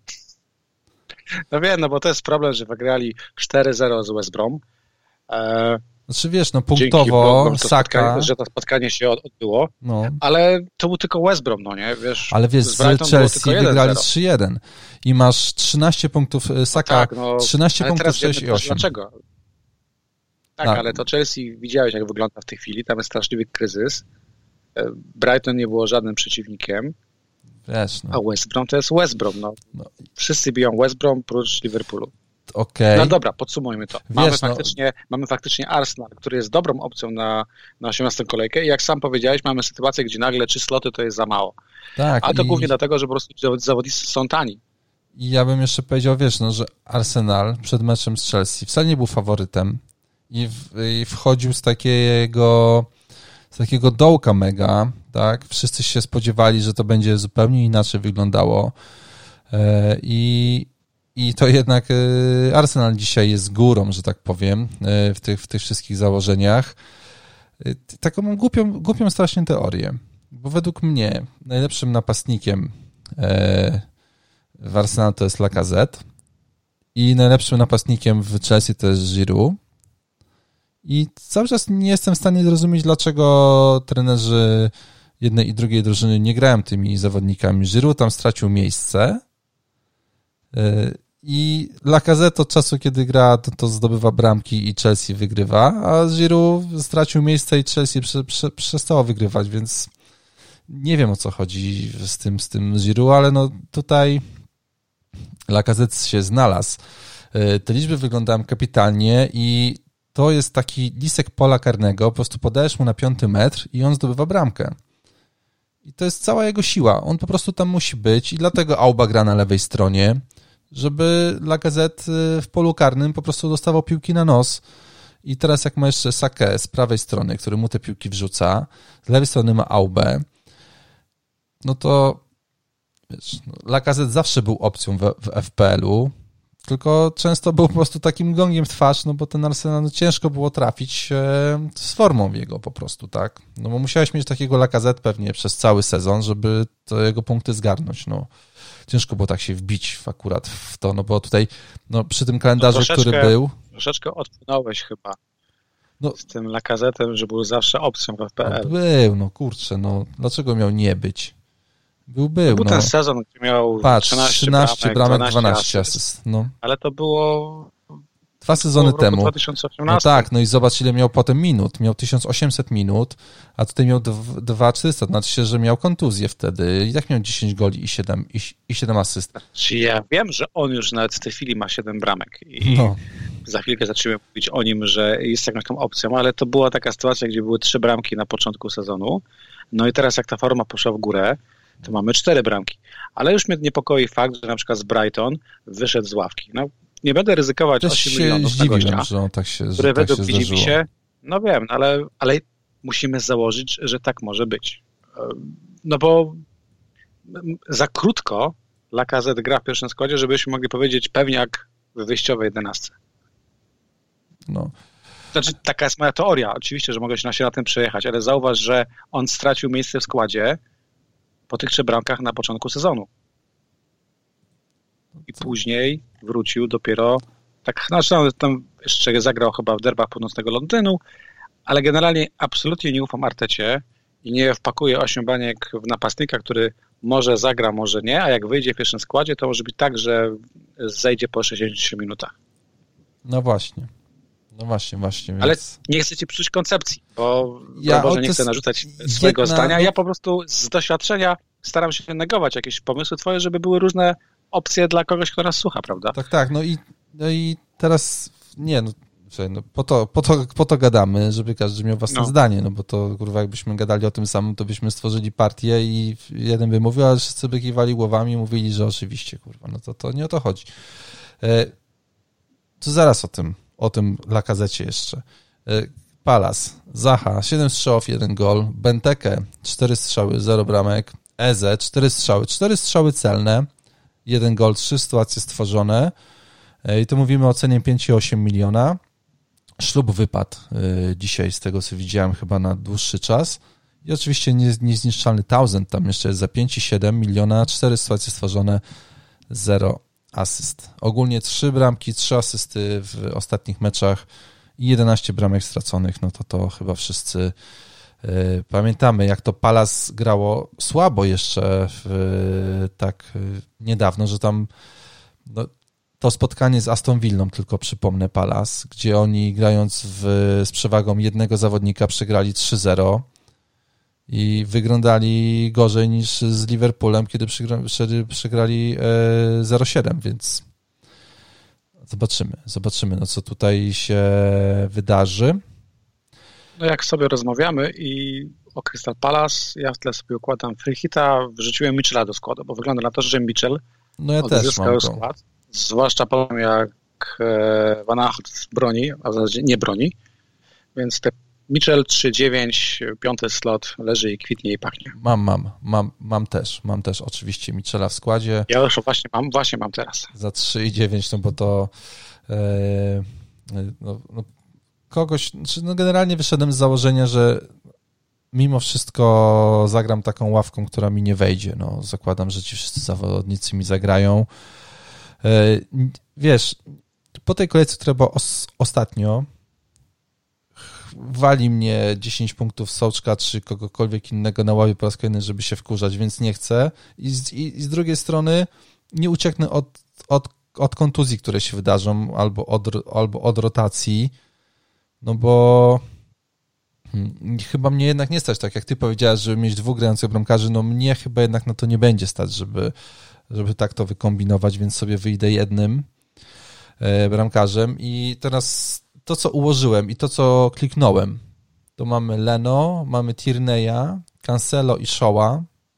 No wiem, bo to jest problem, że wygrali 4-0 z West Brom. Znaczy wiesz, punktowo Saka... że to spotkanie się odbyło, ale to był tylko West Brom, nie? Wiesz, ale wiesz, z Chelsea wygrali 3-1 i masz 13 punktów Saka, 13 punktów, 6 i 8. Dlaczego? Tak, ale to Chelsea widziałeś, jak wygląda w tej chwili, tam jest straszliwy kryzys. Brighton nie było żadnym przeciwnikiem, wiesz, a West Brom to jest West Brom, Wszyscy biją West Brom prócz Liverpoolu. Okay. No dobra, podsumujmy to. Mamy faktycznie Arsenal, który jest dobrą opcją na 18. kolejkę i jak sam powiedziałeś, mamy sytuację, gdzie nagle 3 sloty to jest za mało. Tak, ale to głównie dlatego, że po prostu zawodnicy są tani. I ja bym jeszcze powiedział, że Arsenal przed meczem z Chelsea wcale nie był faworytem i wchodził z takiego dołka mega, tak? Wszyscy się spodziewali, że to będzie zupełnie inaczej wyglądało i to jednak Arsenal dzisiaj jest górą, że tak powiem, w tych wszystkich założeniach. Taką mam głupią strasznie teorię, bo według mnie najlepszym napastnikiem w Arsenal to jest Lacazette i najlepszym napastnikiem w Chelsea to jest Giroud. I cały czas nie jestem w stanie zrozumieć, dlaczego trenerzy jednej i drugiej drużyny nie grają tymi zawodnikami. Giroud tam stracił miejsce i Lacazette od czasu, kiedy gra, to zdobywa bramki i Chelsea wygrywa, a Giroud stracił miejsce i Chelsea przestało wygrywać, więc nie wiem, o co chodzi z tym Giroud, ale tutaj Lacazette się znalazł. Te liczby wyglądają kapitalnie i to jest taki lisek pola karnego, po prostu podajesz mu na 5 metr i on zdobywa bramkę. I to jest cała jego siła. On po prostu tam musi być i dlatego Auba gra na lewej stronie, żeby Lacazette w polu karnym po prostu dostawał piłki na nos. I teraz jak ma jeszcze Sakę z prawej strony, który mu te piłki wrzuca, z lewej strony ma Aubę, to wiesz, Lacazette zawsze był opcją w FPL-u, tylko często był po prostu takim gongiem w twarz, bo ten Arsenal ciężko było trafić z formą jego po prostu, tak? Bo musiałeś mieć takiego Lacazette pewnie przez cały sezon, żeby to jego punkty zgarnąć, Ciężko było tak się wbić akurat w to, bo tutaj przy tym kalendarzu, który był... Troszeczkę odpłynąłeś chyba z tym Lacazette'em, że był zawsze opcją w FPL. Był, kurczę, dlaczego miał nie być? Był ten sezon, gdzie miał 13 bramek 12 asyst. Ale to było 2 sezony temu. 2018. Tak, i zobacz, ile miał potem minut. Miał 1800 minut, a tutaj miał 2400. Znaczy się, że miał kontuzję wtedy. I tak miał 10 goli i 7 asyst. Ja wiem, że on już nawet w tej chwili ma 7 bramek. I za chwilkę zaczniemy mówić o nim, że jest jakąś tą opcją, ale to była taka sytuacja, gdzie były 3 bramki na początku sezonu, No i teraz jak ta forma poszła w górę, to mamy 4 bramki. Ale już mnie niepokoi fakt, że na przykład z Brighton wyszedł z ławki. No, nie będę ryzykować Też 8 się milionów na gościa, zdziwiłem, że on tak się, które według się widzi mi zdarzyło. się, no wiem, ale musimy założyć, że tak może być. No bo za krótko Lacazette gra w pierwszym składzie, żebyśmy mogli powiedzieć pewniak w wyjściowej 11. No. Znaczy, taka jest moja teoria. Oczywiście, że mogę się na tym przejechać, ale zauważ, że on stracił miejsce w składzie po tych 3 bramkach na początku sezonu. I później wrócił dopiero tak, znaczy tam jeszcze zagrał chyba w derbach północnego Londynu, ale generalnie absolutnie nie ufam Artecie i nie wpakuję 8 baniek w napastnika, który może zagra, może nie, a jak wyjdzie w pierwszym składzie, to może być tak, że zejdzie po 60 minutach. No właśnie. No właśnie. Więc... Ale nie chcę ci psuć koncepcji, bo Boże, nie chcę narzucać swojego zdania. Ja po prostu z doświadczenia staram się negować jakieś pomysły twoje, żeby były różne opcje dla kogoś, kto nas słucha, prawda? Tak. No i teraz po to gadamy, żeby każdy miał własne zdanie, no bo to kurwa jakbyśmy gadali o tym samym, to byśmy stworzyli partię i jeden by mówił, a wszyscy by kiwali głowami i mówili, że oczywiście, kurwa, no to nie o to chodzi. To zaraz o tym Lacazette jeszcze. Palace, Zaha, 7 strzałów, 1 gol, Benteke, 4 strzały, 0 bramek, Eze, 4 strzały celne, 1 gol, 3 sytuacje stworzone i tu mówimy o cenie 5,8 miliona. Ślub wypadł dzisiaj, z tego co widziałem, chyba na dłuższy czas i oczywiście niezniszczalny Thousand tam jeszcze jest za 5,7 miliona, 4 sytuacje stworzone, 0 asyst. Ogólnie 3 bramki, 3 asysty w ostatnich meczach i 11 bramek straconych, no to chyba wszyscy pamiętamy, jak to Palace grało słabo jeszcze tak niedawno, że tam to spotkanie z Aston Villą, tylko przypomnę Palace, gdzie oni grając z przewagą jednego zawodnika przegrali 3-0 i wyglądali gorzej niż z Liverpoolem, kiedy przegrali 0-7, więc zobaczymy, no co tutaj się wydarzy. No jak sobie rozmawiamy i o Crystal Palace, ja w tle sobie układam free hita, wrzuciłem Mitchella do składu, bo wygląda na to, że Mitchell odzyskał skład, zwłaszcza po tym jak Van Acht broni, a w zasadzie nie broni, więc te Mitchell 3-9, 5 slot leży i kwitnie i pachnie. Mam też oczywiście Mitchella w składzie. Ja już właśnie mam teraz. Za 3,9, no bo to kogoś, generalnie wyszedłem z założenia, że mimo wszystko zagram taką ławką, która mi nie wejdzie. No, zakładam, że ci wszyscy zawodnicy mi zagrają. Wiesz, po tej kolejce, która była ostatnio, wali mnie 10 punktów Sołczka czy kogokolwiek innego na ławie po raz kolejny, żeby się wkurzać, więc nie chcę. I z drugiej strony nie ucieknę od kontuzji, które się wydarzą, albo od rotacji, no bo chyba mnie jednak nie stać, tak jak ty powiedziałeś, żeby mieć 2 grających bramkarzy, no mnie chyba jednak na to nie będzie stać, żeby tak to wykombinować, więc sobie wyjdę jednym bramkarzem i teraz to, co ułożyłem i to, co kliknąłem, to mamy Leno, mamy Tierney'a, Cancelo i Shaw'a,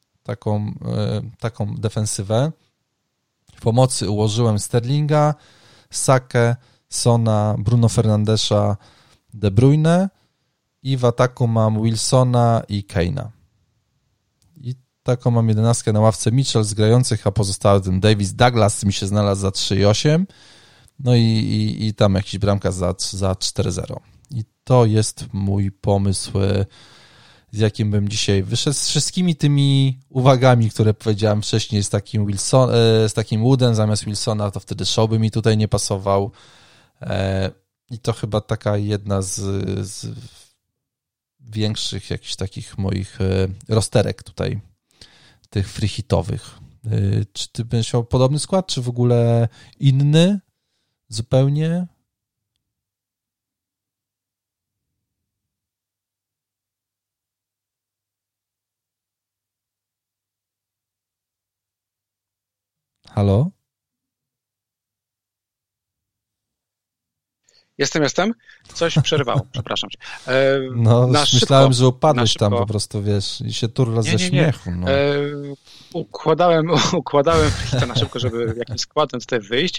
taką defensywę. W pomocy ułożyłem Sterlinga, Sakę, Sona, Bruno Fernandesza, De Bruyne i w ataku mam Wilsona i Kane'a. I taką mam 11 na ławce Mitchell z grających, a pozostały ten Davis, Douglas mi się znalazł za 3,8. No i tam jakiś bramka za 4-0. I to jest mój pomysł, z jakim bym dzisiaj wyszedł. Z wszystkimi tymi uwagami, które powiedziałem wcześniej, z takim Woodem zamiast Wilsona, to wtedy Shaw by mi tutaj nie pasował. I to chyba taka jedna z większych jakichś takich moich rozterek tutaj, tych free hitowych. Czy ty będziesz miał podobny skład, czy w ogóle inny? Zupełnie? Halo? Jestem. Coś przerwało, przepraszam cię. Myślałem, że upadłeś tam po prostu, wiesz, i się turla ze śmiechu. No. Układałem to na szybko, żeby jakimś składem tutaj wyjść,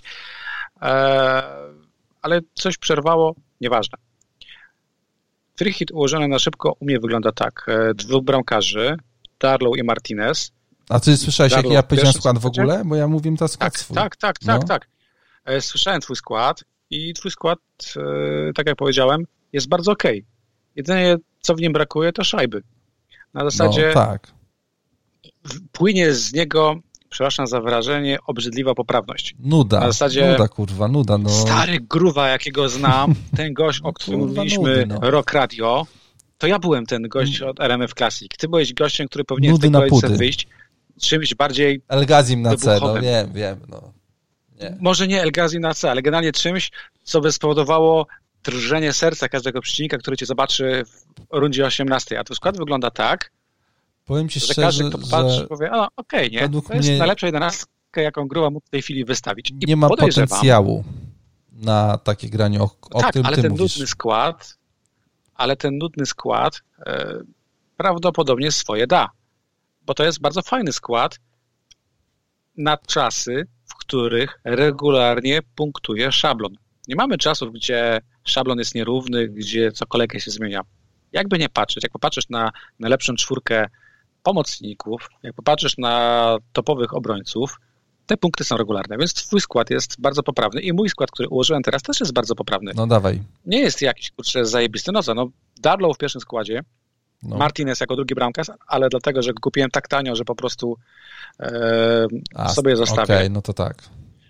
ale coś przerwało, nieważne. Free hit ułożony na szybko u mnie wygląda tak. 2 bramkarzy, Darlow i Martinez. A ty słyszałeś, jaki ja powiedziałem skład w ogóle? Bo ja mówiłem ten skład swój. Tak. Słyszałem twój skład i twój skład, tak jak powiedziałem, jest bardzo okej. Jedynie, co w nim brakuje, to szajby. Na zasadzie płynie z niego, przepraszam za wyrażenie, obrzydliwa poprawność. Nuda, na zasadzie nuda. No. Stary gruwa, jakiego znam, ten gość, o którym mówiliśmy, Rock Radio, to ja byłem ten gość od RMF Classic. Ty byłeś gościem, który powinien z tej kolejce wyjść czymś bardziej El Gazim na C, no wiem. No. Nie. Może nie El Gazim na C, ale generalnie czymś, co by spowodowało drżenie serca każdego przeciwnika, który cię zobaczy w rundzie 18. A twój skład wygląda tak, powiem ci że szczerze, każdy, kto popatrzy, powie, nie, to jest najlepsza 11, jaką gruba mógł w tej chwili wystawić. I nie ma potencjału na takie granie, o którym ty mówisz. Ale ten nudny skład prawdopodobnie swoje da. Bo to jest bardzo fajny skład na czasy, w których regularnie punktuje szablon. Nie mamy czasów, gdzie szablon jest nierówny, gdzie co kolejkę się zmienia. Jakby nie patrzeć, jak popatrzysz na najlepszą 4 pomocników, jak popatrzysz na topowych obrońców, te punkty są regularne, więc twój skład jest bardzo poprawny i mój skład, który ułożyłem teraz, też jest bardzo poprawny. No dawaj. Nie jest jakiś, zajebisty. Darlow w pierwszym składzie, Martinez jako drugi bramkarz, ale dlatego, że go kupiłem tak tanio, że po prostu sobie zostawię. Okej, no to tak.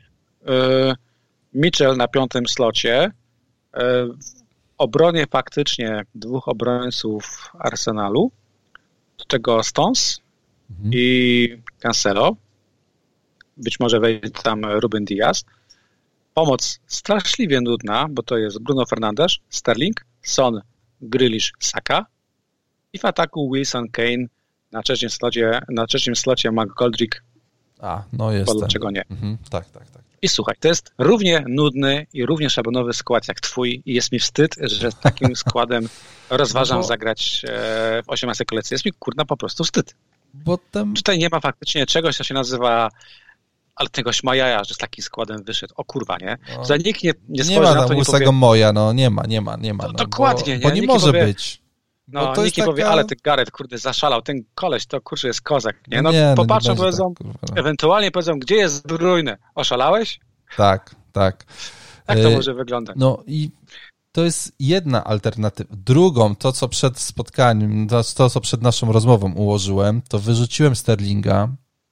Mitchell na 5. slocie. W obronie faktycznie 2 obrońców Arsenalu. Do tego Stones i Cancelo. Być może wejdzie tam Ruben Dias. Pomoc straszliwie nudna, bo to jest Bruno Fernandes, Sterling, Son, Grealish, Saka i w ataku Wilson, Kane, na trzecim slocie McGoldrick. Jest. Dlaczego nie? Tak. I słuchaj, to jest równie nudny i równie szablonowy skład jak twój i jest mi wstyd, że takim składem rozważam zagrać w 18 kolejce. Jest mi po prostu wstyd. Tutaj nie ma faktycznie czegoś, co się nazywa ale tego Majaja, że z takim składem wyszedł. O kurwa, nie? Że nikt nie spojrzy na to i powie... Moja, nie ma. Dokładnie, bo nie może być. Nikt nie powie, ale ty Gareth, zaszalał, ten koleś to jest kozak, nie? Popatrzą, powiedzą, ewentualnie powiedzą, gdzie jest De Bruyne? Oszalałeś? Tak. Tak to może wyglądać. I to jest jedna alternatywa. Drugą, to co przed spotkaniem, to co przed naszą rozmową ułożyłem, to wyrzuciłem Sterlinga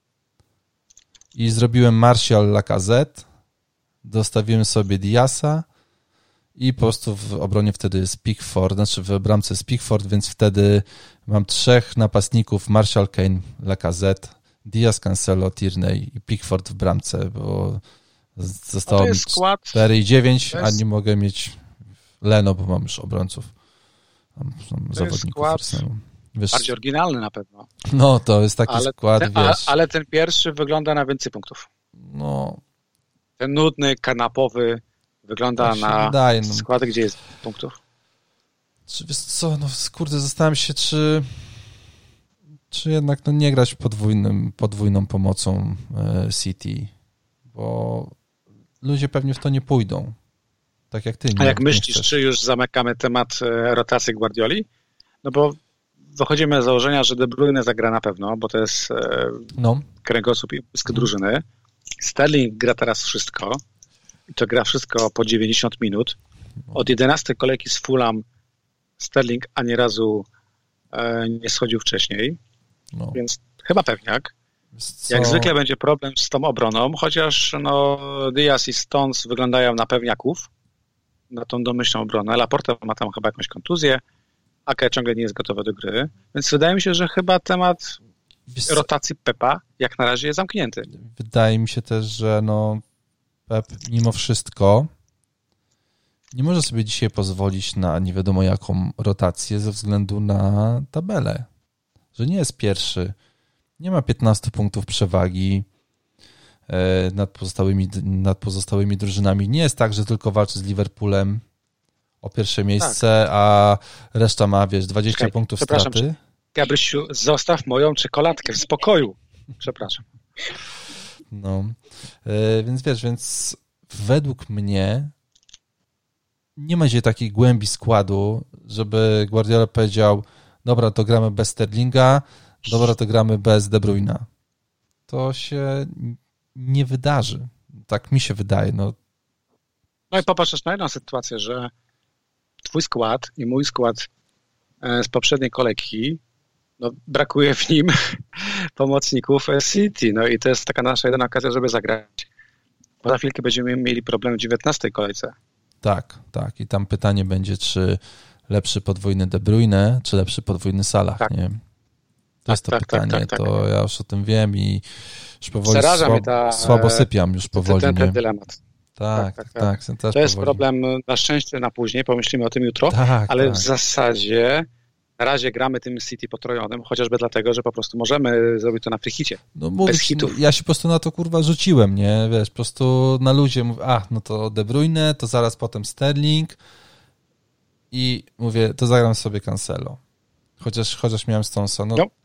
i zrobiłem Martial Lacazette, dostawiłem sobie Diasa i po prostu w obronie wtedy jest Pickford, w bramce jest Pickford, więc wtedy mam 3 napastników, Martial, Kane, Lacazette, Dias, Cancelo, Tierney i Pickford w bramce, bo zostało mi 4 i 9, a nie mogę mieć Leno, bo mam już obrońców. Mam zawodników Arsenalu. Bardziej oryginalny na pewno. To jest taki skład, ale ten pierwszy wygląda na więcej punktów. Ten nudny, kanapowy wygląda na skład, gdzie jest punktów. Wiesz co, zastanawiam się, czy jednak nie grać podwójną pomocą City, bo ludzie pewnie w to nie pójdą. Tak jak ty. A jak myślisz, czy już zamykamy temat rotacji Guardioli? Bo wychodzimy z założenia, że De Bruyne zagra na pewno, bo to jest kręgosłup i pysk drużyny. Sterling gra teraz wszystko. I to gra wszystko po 90 minut. Od 11 kolejki z Fulham Sterling ani razu nie schodził wcześniej. Więc chyba pewniak. Jak zwykle będzie problem z tą obroną, chociaż Diaz i Stones wyglądają na pewniaków, na tą domyślną obronę. Laporte ma tam chyba jakąś kontuzję, Ake ciągle nie jest gotowy do gry, więc wydaje mi się, że chyba temat rotacji Pepa jak na razie jest zamknięty. Wydaje mi się też, że Pep mimo wszystko nie może sobie dzisiaj pozwolić na nie wiadomo jaką rotację ze względu na tabelę, że nie jest pierwszy, nie ma 15 punktów przewagi nad pozostałymi drużynami. Nie jest tak, że tylko walczy z Liverpoolem o pierwsze miejsce, a reszta ma, 20 punktów straty. Gabrysiu, zostaw moją czekoladkę w spokoju. Przepraszam. No, więc według mnie nie ma się takiej głębi składu, żeby Guardiola powiedział, dobra, to gramy bez Sterlinga, dobra, to gramy bez De Bruyne'a. To się nie wydarzy. Tak mi się wydaje. No i popatrz na jedną sytuację, że twój skład i mój skład z poprzedniej kolejki, brakuje w nim pomocników City. No i to jest taka nasza jedyna okazja, żeby zagrać. Bo za chwilkę będziemy mieli problem w 19 kolejce. Tak. I tam pytanie będzie, czy lepszy podwójny De Bruyne, czy lepszy podwójny Salah, tak. nie? To jest to pytanie, to ja już o tym wiem i już powoli słabo sypiam już powoli. Ten dylemat. Tak. To jest problem na szczęście na później, pomyślimy o tym jutro, ale w zasadzie na razie gramy tym City potrojonym, chociażby dlatego, że po prostu możemy zrobić to na frichicie. Bez hitów. Ja się po prostu na to rzuciłem, nie? Wiesz, po prostu na luzie mówię, no to De Bruyne, to zaraz potem Sterling i mówię, to zagram sobie Cancelo. Chociaż miałem Stonesa.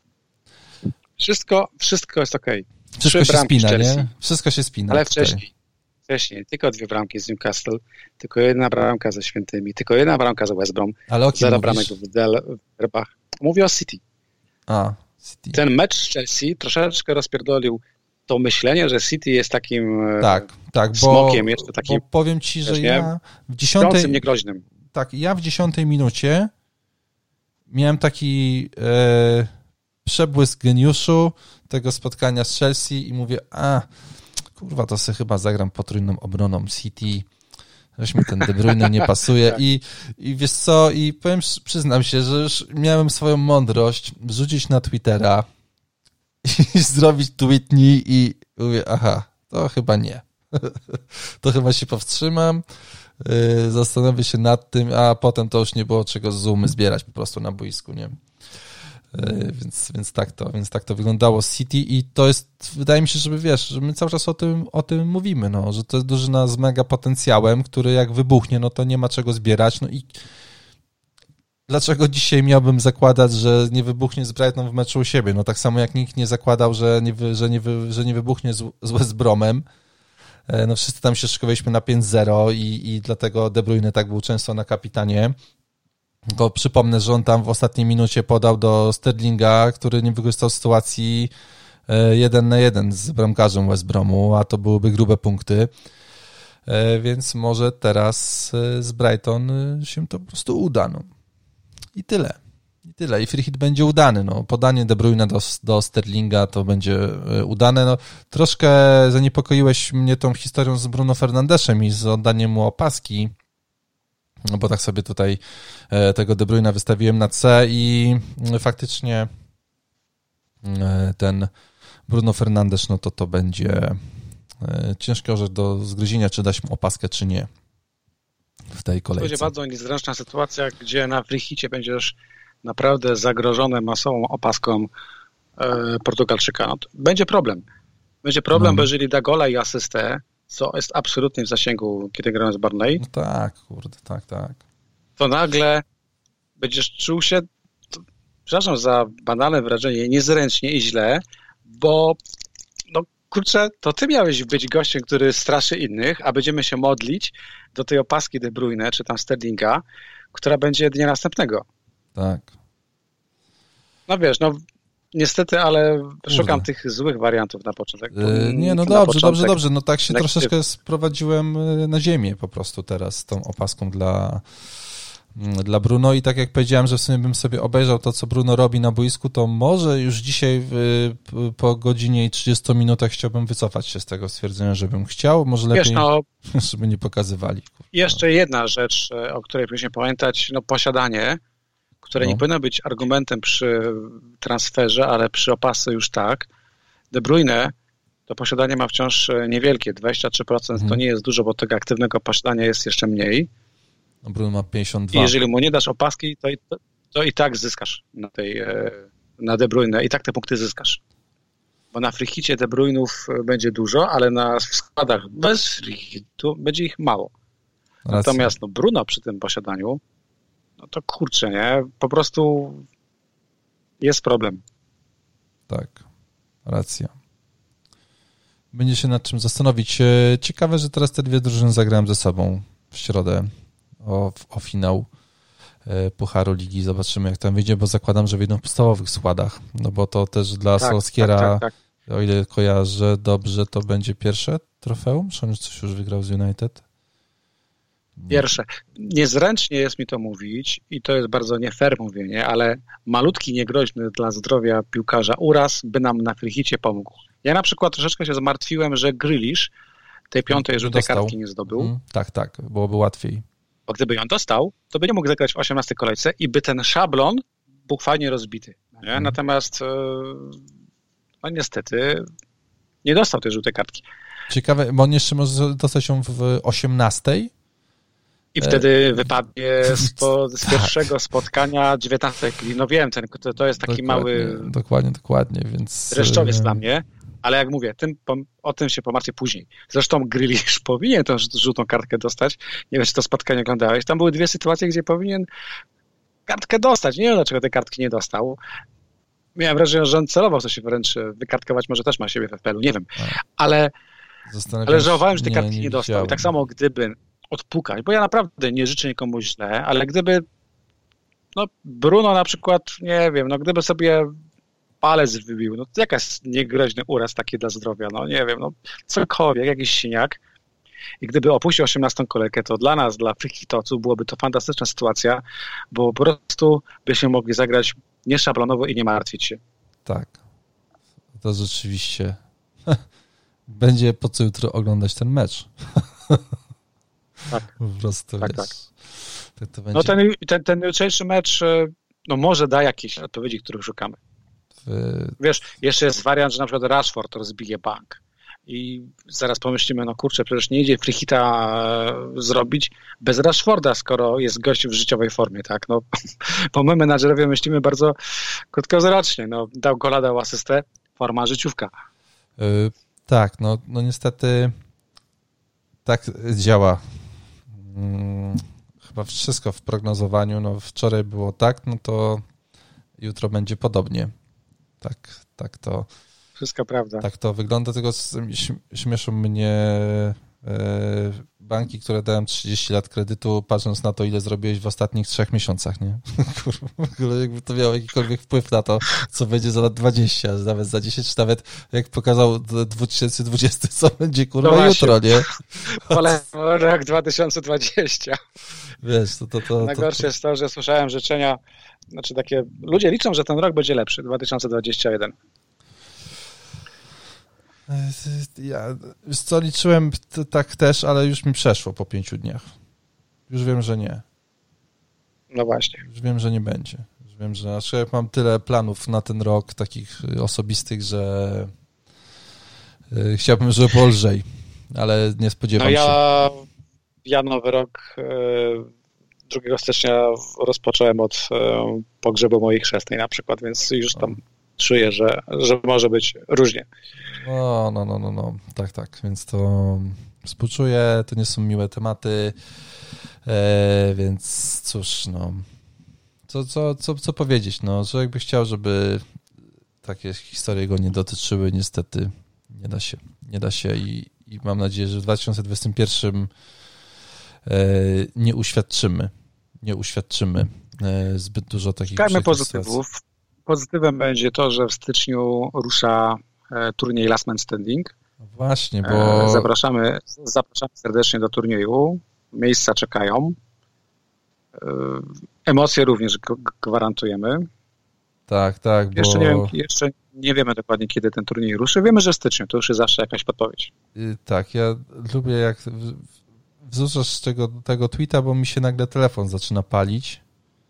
Wszystko jest okej. Wszystko się spina, nie? Wszystko się spina. Ale wcześniej tylko 2 bramki z Newcastle, tylko 1 bramka ze Świętymi, tylko 1 bramka za West Brom, 0 bramek w Derbach. Mówię o City. City. Ten mecz z Chelsea troszeczkę rozpierdolił to myślenie, że City jest takim smokiem, jeszcze takim... Bo powiem ci, że ja w 10... niegroźnym. Tak, ja w 10 minucie miałem taki przebłysk geniuszu tego spotkania z Chelsea i mówię, kurwa, to sobie chyba zagram potrójną obroną City, coś mi ten De Bruyne nie pasuje i wiesz co, i przyznam się, że już miałem swoją mądrość wrzucić na Twittera i zrobić tweetnij i mówię, to chyba nie. To chyba się powstrzymam, zastanowię się nad tym, a potem to już nie było czego z zoomy zbierać po prostu na boisku, nie? Więc tak to wyglądało z City i to jest, wydaje mi się, że my cały czas o tym mówimy, że to jest drużyna z mega potencjałem, który jak wybuchnie, to nie ma czego zbierać, i dlaczego dzisiaj miałbym zakładać, że nie wybuchnie z Brighton w meczu u siebie, tak samo jak nikt nie zakładał, że nie wybuchnie z West Bromem, wszyscy tam się szykowaliśmy na 5-0 i dlatego De Bruyne tak był często na kapitanie. Tylko przypomnę, że on tam w ostatniej minucie podał do Sterlinga, który nie wykorzystał sytuacji 1-1 z bramkarzem West Bromu, a to byłyby grube punkty. Więc może teraz z Brighton się to po prostu uda. I tyle. I free hit będzie udany. Podanie De Bruyne do Sterlinga to będzie udane. Troszkę zaniepokoiłeś mnie tą historią z Bruno Fernandeszem i z oddaniem mu opaski, bo tak sobie tutaj tego De Bruyna wystawiłem na C i faktycznie ten Bruno Fernandes, to będzie ciężko rzecz do zgryzienia, czy dać mu opaskę, czy nie w tej kolejce. To będzie bardzo niezręczna sytuacja, gdzie na frichicie będziesz naprawdę zagrożony masową opaską Portugalczyka. Będzie problem. Bo jeżeli da gola i asystę, co jest absolutnie w zasięgu, kiedy gramy z Barney. Tak. To nagle będziesz czuł się, przepraszam za banalne wrażenie, niezręcznie i źle, bo to ty miałeś być gościem, który straszy innych, a będziemy się modlić do tej opaski De Bruyne, czy tam Sterlinga, która będzie dnia następnego. Tak. Niestety, ale szukam tych złych wariantów na początek. Dobrze. Tak się troszeczkę sprowadziłem na ziemię po prostu teraz z tą opaską dla Bruno i tak jak powiedziałem, że w sumie bym sobie obejrzał to, co Bruno robi na boisku, to może już dzisiaj po godzinie i 30 minutach chciałbym wycofać się z tego stwierdzenia, żebym chciał, może lepiej, żeby nie pokazywali. Jeszcze jedna rzecz, o której powinniśmy pamiętać, posiadanie, które nie powinno być argumentem przy transferze, ale przy opasce już tak. De Bruyne to posiadanie ma wciąż niewielkie, 23%, to nie jest dużo, bo tego aktywnego posiadania jest jeszcze mniej. Bruno ma 52. I jeżeli mu nie dasz opaski, to i tak zyskasz na De Bruyne, i tak te punkty zyskasz. Bo na frichicie De Bruyne'ów będzie dużo, ale w składach bez frichitu będzie ich mało. Natomiast Bruno przy tym posiadaniu, no to kurczę, nie? Po prostu jest problem. Tak, racja. Będzie się nad czym zastanowić. Ciekawe, że teraz te dwie drużyny zagrają ze sobą w środę o finał Pucharu Ligi. Zobaczymy, jak tam wyjdzie, bo zakładam, że wyjdą w podstawowych składach. No bo to też dla Solskjaera, o ile kojarzę dobrze, to będzie pierwsze trofeum? Czy on coś już wygrał z United? Pierwsze. Niezręcznie jest mi to mówić i to jest bardzo nie fair mówienie, ale malutki, niegroźny dla zdrowia piłkarza uraz by nam na frichicie pomógł. Ja na przykład troszeczkę się zmartwiłem, że Grealish tej piątej żółtej kartki nie zdobył. Tak, byłoby łatwiej. Bo gdyby ją dostał, to by nie mógł zagrać w 18 kolejce i by ten szablon był fajnie rozbity. Nie? Natomiast no niestety nie dostał tej żółtej kartki. Ciekawe, bo on jeszcze może dostać ją w 18. I wtedy wypadnie z pierwszego spotkania 19. No wiem, to jest taki mały... Dokładnie, więc... Dreszczowiec dla mnie, ale jak mówię, o tym się pomartwię później. Zresztą Grealish powinien tą żółtą kartkę dostać. Nie wiem, czy to spotkanie oglądałeś. Tam były dwie sytuacje, gdzie powinien kartkę dostać. Nie wiem, dlaczego tej kartki nie dostał. Miałem wrażenie, że on celował coś wręcz wykartkować, może też ma siebie w FPL-u, nie wiem. Ale żałowałem, że tej kartki nie dostał. I tak samo gdyby odpukać, bo ja naprawdę nie życzę nikomu źle, ale gdyby Bruno na przykład, nie wiem, gdyby sobie palec wybił, to jaka jest niegroźny uraz taki dla zdrowia, nie wiem, cokolwiek, jakiś siniak i gdyby opuścił 18 kolejkę, to dla nas, dla frikitowców byłoby to fantastyczna sytuacja, bo po prostu byśmy mogli zagrać nieszablonowo i nie martwić się. Tak, to rzeczywiście będzie po co jutro oglądać ten mecz. Tak. Po prostu, tak. To będzie... ten jutrzejszy mecz może da jakieś odpowiedzi, których szukamy. Wiesz, jeszcze jest wariant, że na przykład Rashford rozbije bank i zaraz pomyślimy, kurczę, przecież nie idzie free hita zrobić bez Rashforda, skoro jest gość w życiowej formie, tak? Bo my menadżerowie myślimy bardzo krótkowzrocznie. Dał gola, dał asystę, forma życiówka. Tak, niestety tak działa chyba wszystko w prognozowaniu. Wczoraj było tak, to jutro będzie podobnie. Tak to... Wszystko prawda. Tak to wygląda, tylko śmieszą mnie banki, które dają 30 lat kredytu, patrząc na to, ile zrobiłeś w ostatnich 3 miesiącach, nie? W ogóle jakby to miało jakikolwiek wpływ na to, co będzie za lat 20, nawet za 10, czy nawet jak pokazał 2020, co będzie jutro, nie? Ale rok 2020. Wiesz, Najgorsze jest to, że słyszałem życzenia, takie, ludzie liczą, że ten rok będzie lepszy, 2021. Ja liczyłem tak też, ale już mi przeszło po 5 dniach. Już wiem, że nie. No właśnie. Już wiem, że nie będzie. Już wiem, że mam tyle planów na ten rok, takich osobistych, że chciałbym, żeby było lżej, ale nie spodziewam się. Ja nowy rok 2 stycznia rozpocząłem od pogrzebu mojej chrzestnej na przykład, więc już tam czuję, że może być różnie. Tak, więc to współczuję, to nie są miłe tematy, więc cóż, co powiedzieć, że jakby chciał, żeby takie historie go nie dotyczyły, niestety nie da się i mam nadzieję, że w 2021 nie uświadczymy zbyt dużo takich pozytywów. Sytuacji. Pozytywem będzie to, że w styczniu rusza turniej Last Man Standing. Właśnie, bo... Zapraszamy serdecznie do turnieju. Miejsca czekają. Emocje również gwarantujemy. Tak, Jeszcze nie wiemy dokładnie, kiedy ten turniej ruszy. Wiemy, że w styczniu. To już jest zawsze jakaś podpowiedź. Tak, ja lubię, jak wrzucasz tego tweeta, bo mi się nagle telefon zaczyna palić.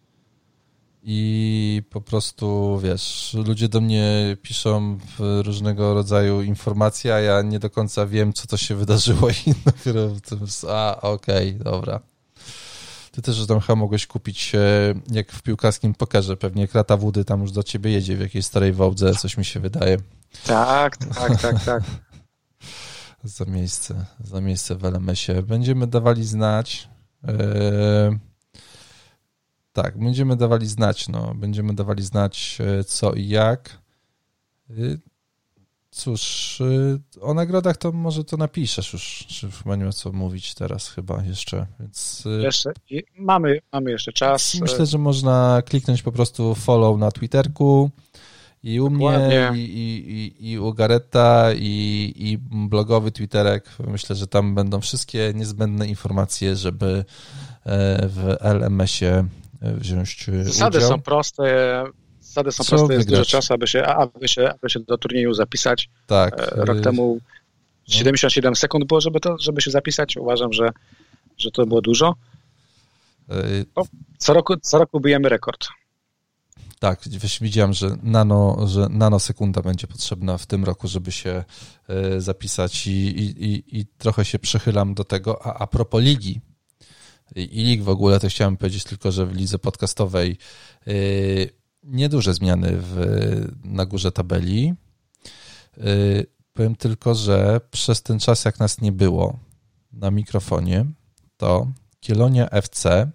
I po prostu, wiesz, ludzie do mnie piszą różnego rodzaju informacje, a ja nie do końca wiem, co to się wydarzyło i dopiero okej, dobra. Ty też tam chyba mogłeś kupić, jak w piłkarskim pokerze, pewnie krata wody tam już do ciebie jedzie w jakiejś starej wałdze, coś mi się wydaje. Tak. Za miejsce w LMS-ie. Będziemy dawali znać, Tak, będziemy dawali znać, będziemy dawali znać co i jak. Cóż, o nagrodach to może to napiszesz już, chyba nie ma co mówić teraz chyba jeszcze, więc... Mamy jeszcze czas. Myślę, że można kliknąć po prostu follow na Twitterku i u mnie, i u Gareta, i blogowy Twitterek. Myślę, że tam będą wszystkie niezbędne informacje, żeby w LMS-ie wziąć Zasady udział. są proste. Jest dużo czasu, aby się do turnieju zapisać. Tak. Rok temu 77 sekund było, żeby się zapisać. Uważam, że to było dużo. Co roku bijemy rekord. Tak, widziałem, że nanosekunda będzie potrzebna w tym roku, żeby się zapisać i trochę się przychylam do tego. A propos ligi i lig w ogóle, to chciałem powiedzieć tylko, że w lidze podcastowej nieduże zmiany na górze tabeli. Powiem tylko, że przez ten czas, jak nas nie było na mikrofonie, to Kielonia FC,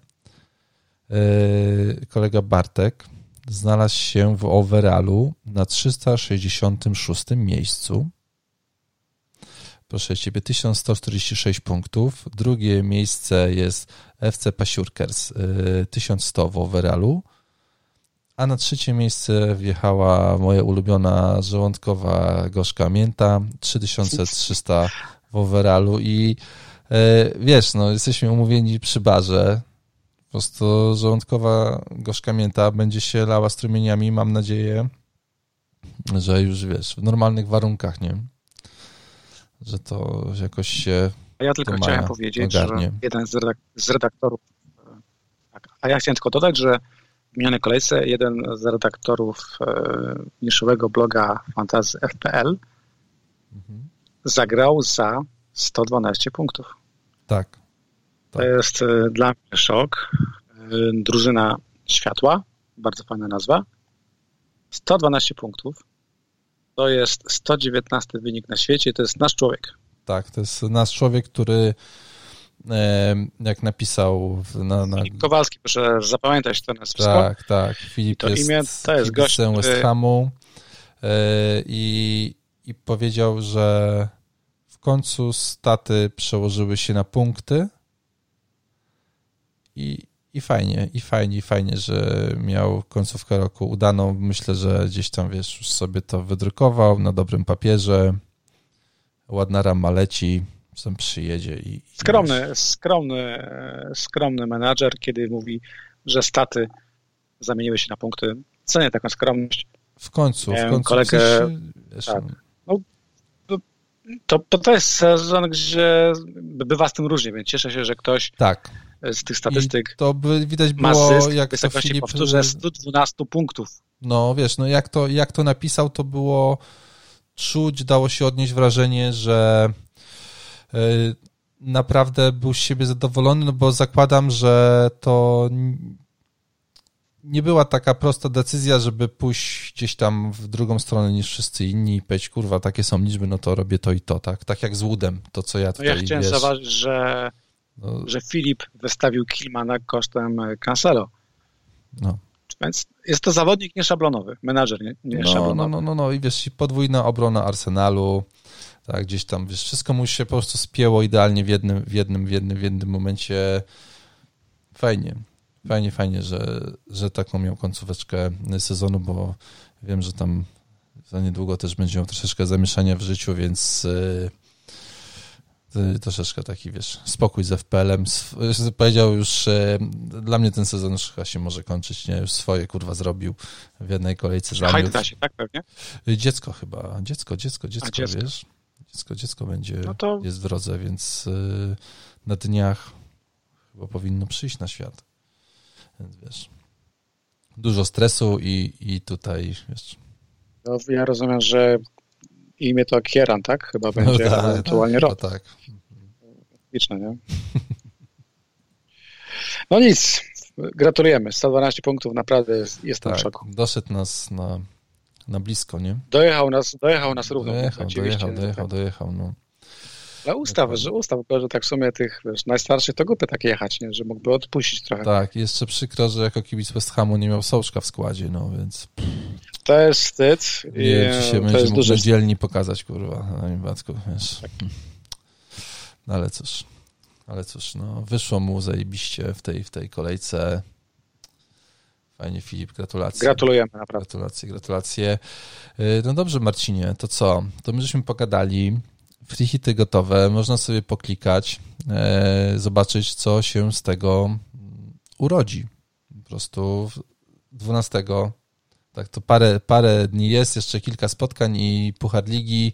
kolega Bartek, znalazł się w overallu na 366 miejscu. Proszę Ciebie, 1146 punktów. Drugie miejsce jest FC Pasiurkers, 1100 w overallu. A na trzecie miejsce wjechała moja ulubiona żołądkowa gorzka mięta, 3300 w overallu i wiesz, jesteśmy umówieni przy barze. Po prostu żołądkowa gorzka mięta będzie się lała strumieniami. Mam nadzieję, że już wiesz, w normalnych warunkach, nie? Że to jakoś się. A ja tylko chciałem powiedzieć, ogarnie. Że jeden z redaktorów. Tak, a ja chciałem tylko dodać, że w minionej kolejce jeden z redaktorów niszowego bloga Fantasy FPL zagrał za 112 punktów. Tak. To jest dla mnie szok. Drużyna Światła, bardzo fajna nazwa. 112 punktów. To jest 119 wynik na świecie. To jest nasz człowiek. Tak, to jest nasz człowiek, który jak napisał Filip Kowalski, proszę zapamiętać to nazwisko. Tak. Filip to imię to jest gość, West Hamu i powiedział, że w końcu staty przełożyły się na punkty i fajnie, że miał końcówkę roku udaną. Myślę, że gdzieś tam, wiesz, już sobie to wydrukował na dobrym papierze. Ładna rama leci, sam przyjedzie i Skromny menadżer, kiedy mówi, że staty zamieniły się na punkty. Cenię taką skromność. W końcu. Kolegę, tak. To jest sezon, gdzie bywa z tym różnie, więc cieszę się, że ktoś z tych statystyk to by widać było, ma zysk jak w wysokości, to Filip, powtórzę, 112 punktów. No wiesz, jak to napisał, to było czuć, dało się odnieść wrażenie, że naprawdę był z siebie zadowolony, bo zakładam, że to nie była taka prosta decyzja, żeby pójść gdzieś tam w drugą stronę niż wszyscy inni i powiedzieć, kurwa, takie są liczby, no to robię to i to, tak? Tak jak z Woodem, to co ja tutaj, ja chciałem zauważyć, że Filip wystawił Kilmana kosztem Cancelo. No. Więc jest to zawodnik nieszablonowy, menadżer nieszablonowy. No i wiesz, podwójna obrona Arsenalu, tak, gdzieś tam, wiesz, wszystko mu się po prostu spięło idealnie w jednym momencie. Fajnie, że taką miał końcóweczkę sezonu, bo wiem, że tam za niedługo też będzie miał troszeczkę zamieszania w życiu, więc troszeczkę taki, wiesz, spokój z FPL-em. Powiedział już, dla mnie ten sezon już chyba się może kończyć, nie? Już swoje, kurwa, zrobił w jednej kolejce. Hajdta się, tak pewnie? Dziecko chyba, dziecko, wiesz? Dziecko będzie, jest w drodze, więc na dniach chyba powinno przyjść na świat. Więc wiesz, dużo stresu i tutaj, wiesz... No, ja rozumiem, że imię to Kieran, tak? Chyba będzie ewentualnie rok. Tak. Liczne, nie? No nic, gratulujemy. 112 punktów, naprawdę jestem w szoku. Doszedł nas na blisko, nie? Dojechał nas równo. Dojechał, no. Ale ustaw, że tak w sumie tych najstarszych to grupy takie jechać, nie? Że mógłby odpuścić trochę. Tak, jeszcze przykro, że jako kibic West Hamu nie miał Souczka w składzie, no więc... To jest wstyd. Nie wiem, czy się będzie mógł dzielni pokazać, kurwa, na Niemacku, wiesz. Tak. No, ale cóż, no, wyszło mu zajebiście w tej kolejce. Fajnie, Filip, gratulacje. Gratulujemy, naprawdę. Gratulacje. No dobrze, Marcinie, to co? To my żeśmy pogadali, free hity gotowe, można sobie poklikać, zobaczyć, co się z tego urodzi. Po prostu 12, tak, to parę dni jest, jeszcze kilka spotkań i Puchar Ligi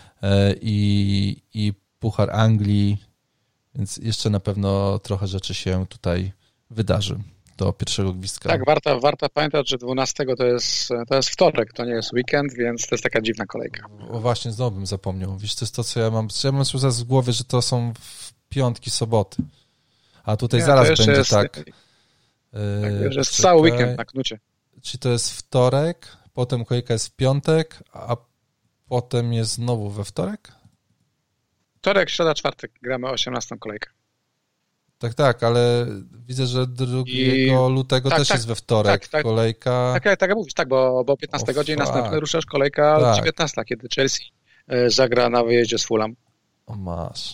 i Puchar Anglii, więc jeszcze na pewno trochę rzeczy się tutaj wydarzy do pierwszego gwizdka. Tak, warto pamiętać, że 12 to jest wtorek, to nie jest weekend, więc to jest taka dziwna kolejka. O właśnie, znowu bym zapomniał. Wiesz, to jest to, co ja mam zaraz w głowie, że to są piątki, soboty. A tutaj zaraz będzie jest, tak. Tak, że jest cały weekend na knucie. Czyli to jest wtorek, potem kolejka jest w piątek, a potem jest znowu we wtorek? Wtorek, środa, czwartek gramy 18 kolejkę. Tak, ale widzę, że 2 lutego też jest we wtorek kolejka. Tak jak mówisz, tak, bo 15 dzień następny ruszasz kolejka 19, kiedy Chelsea zagra na wyjeździe z Fulham. O masz.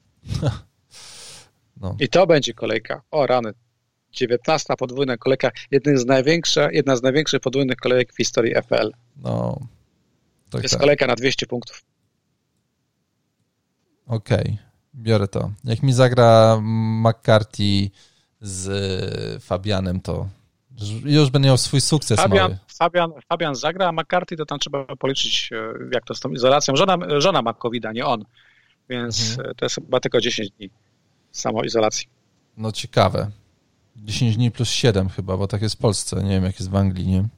No. I to będzie kolejka. O rany. 19 podwójna kolejka. Jedna z największych podwójnych kolejek w historii FPL. No. To jest kolejka na 200 punktów. Okej. Biorę to. Jak mi zagra McCarthy z Fabianem, to już będę miał swój sukces mały. Fabian zagra, a McCarthy to tam trzeba policzyć, jak to z tą izolacją. Żona ma COVID-a, nie on. Więc to jest chyba tylko 10 dni samoizolacji. No ciekawe. 10 dni plus 7 chyba, bo tak jest w Polsce. Nie wiem, jak jest w Anglii, nie?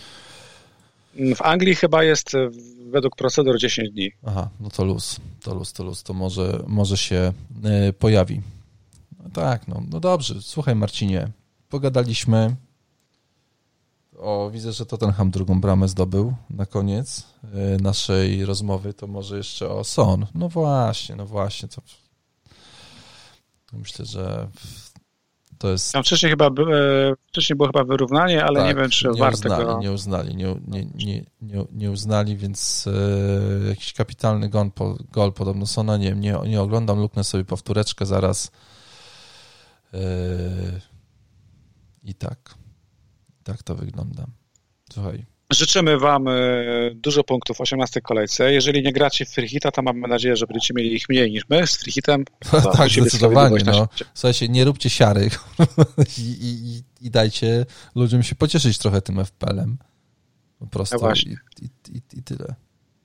W Anglii chyba jest według procedur 10 dni. Aha, no to luz. To może się pojawi. No tak, no dobrze. Słuchaj, Marcinie, pogadaliśmy. Widzę, że Tottenham drugą bramę zdobył na koniec naszej rozmowy. To może jeszcze o Son. No właśnie. To myślę, że to jest... Tam wcześniej było chyba wyrównanie, ale tak, nie wiem, czy warto go... Nie uznali, więc jakiś kapitalny gol podobno Sona, nie oglądam, luknę sobie powtóreczkę zaraz. I tak to wygląda. Słuchaj. Życzymy wam dużo punktów w 18 kolejce. Jeżeli nie gracie w free hita, to mamy nadzieję, że będziecie mieli ich mniej niż my z free hitem. Tak, zdecydowanie. No. Słuchajcie, nie róbcie siary i dajcie ludziom się pocieszyć trochę tym FPL-em. Po prostu. No i tyle.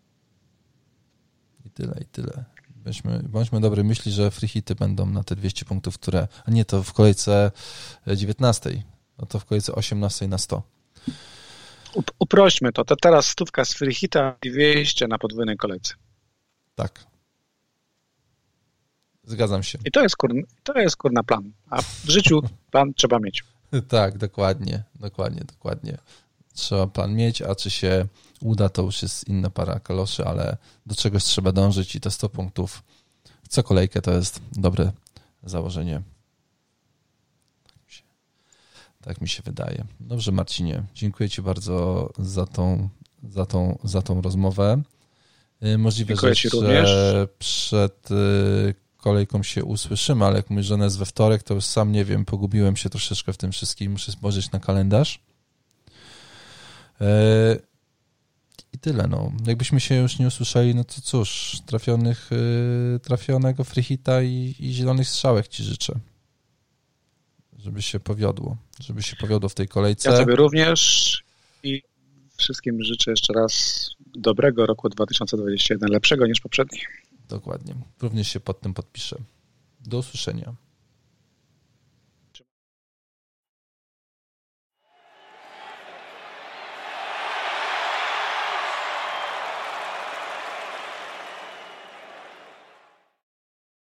I tyle. Bądźmy dobrej myśli, że free hity będą na te 200 punktów, a nie, to w kolejce 19, no to w kolejce 18 na 100. Uprośćmy to. Teraz stówka z free hita i 200 na podwójnej kolejce. Tak. Zgadzam się. I to jest kurna plan. A w życiu plan trzeba mieć. Tak, dokładnie. Trzeba plan mieć, a czy się uda, to już jest inna para kaloszy, ale do czegoś trzeba dążyć i te 100 punktów co kolejkę to jest dobre założenie. Tak mi się wydaje. Dobrze, Marcinie, dziękuję ci bardzo za tą rozmowę. Możliwe, że przed kolejką się usłyszymy, ale jak mówisz, że ona jest we wtorek, to już sam nie wiem, pogubiłem się troszeczkę w tym wszystkim, muszę spojrzeć na kalendarz. I tyle, no. Jakbyśmy się już nie usłyszeli, no to cóż, trafionego free hita i zielonych strzałek ci życzę. Żeby się powiodło w tej kolejce. Ja sobie również i wszystkim życzę jeszcze raz dobrego roku 2021, lepszego niż poprzedni. Dokładnie. Również się pod tym podpiszę. Do usłyszenia.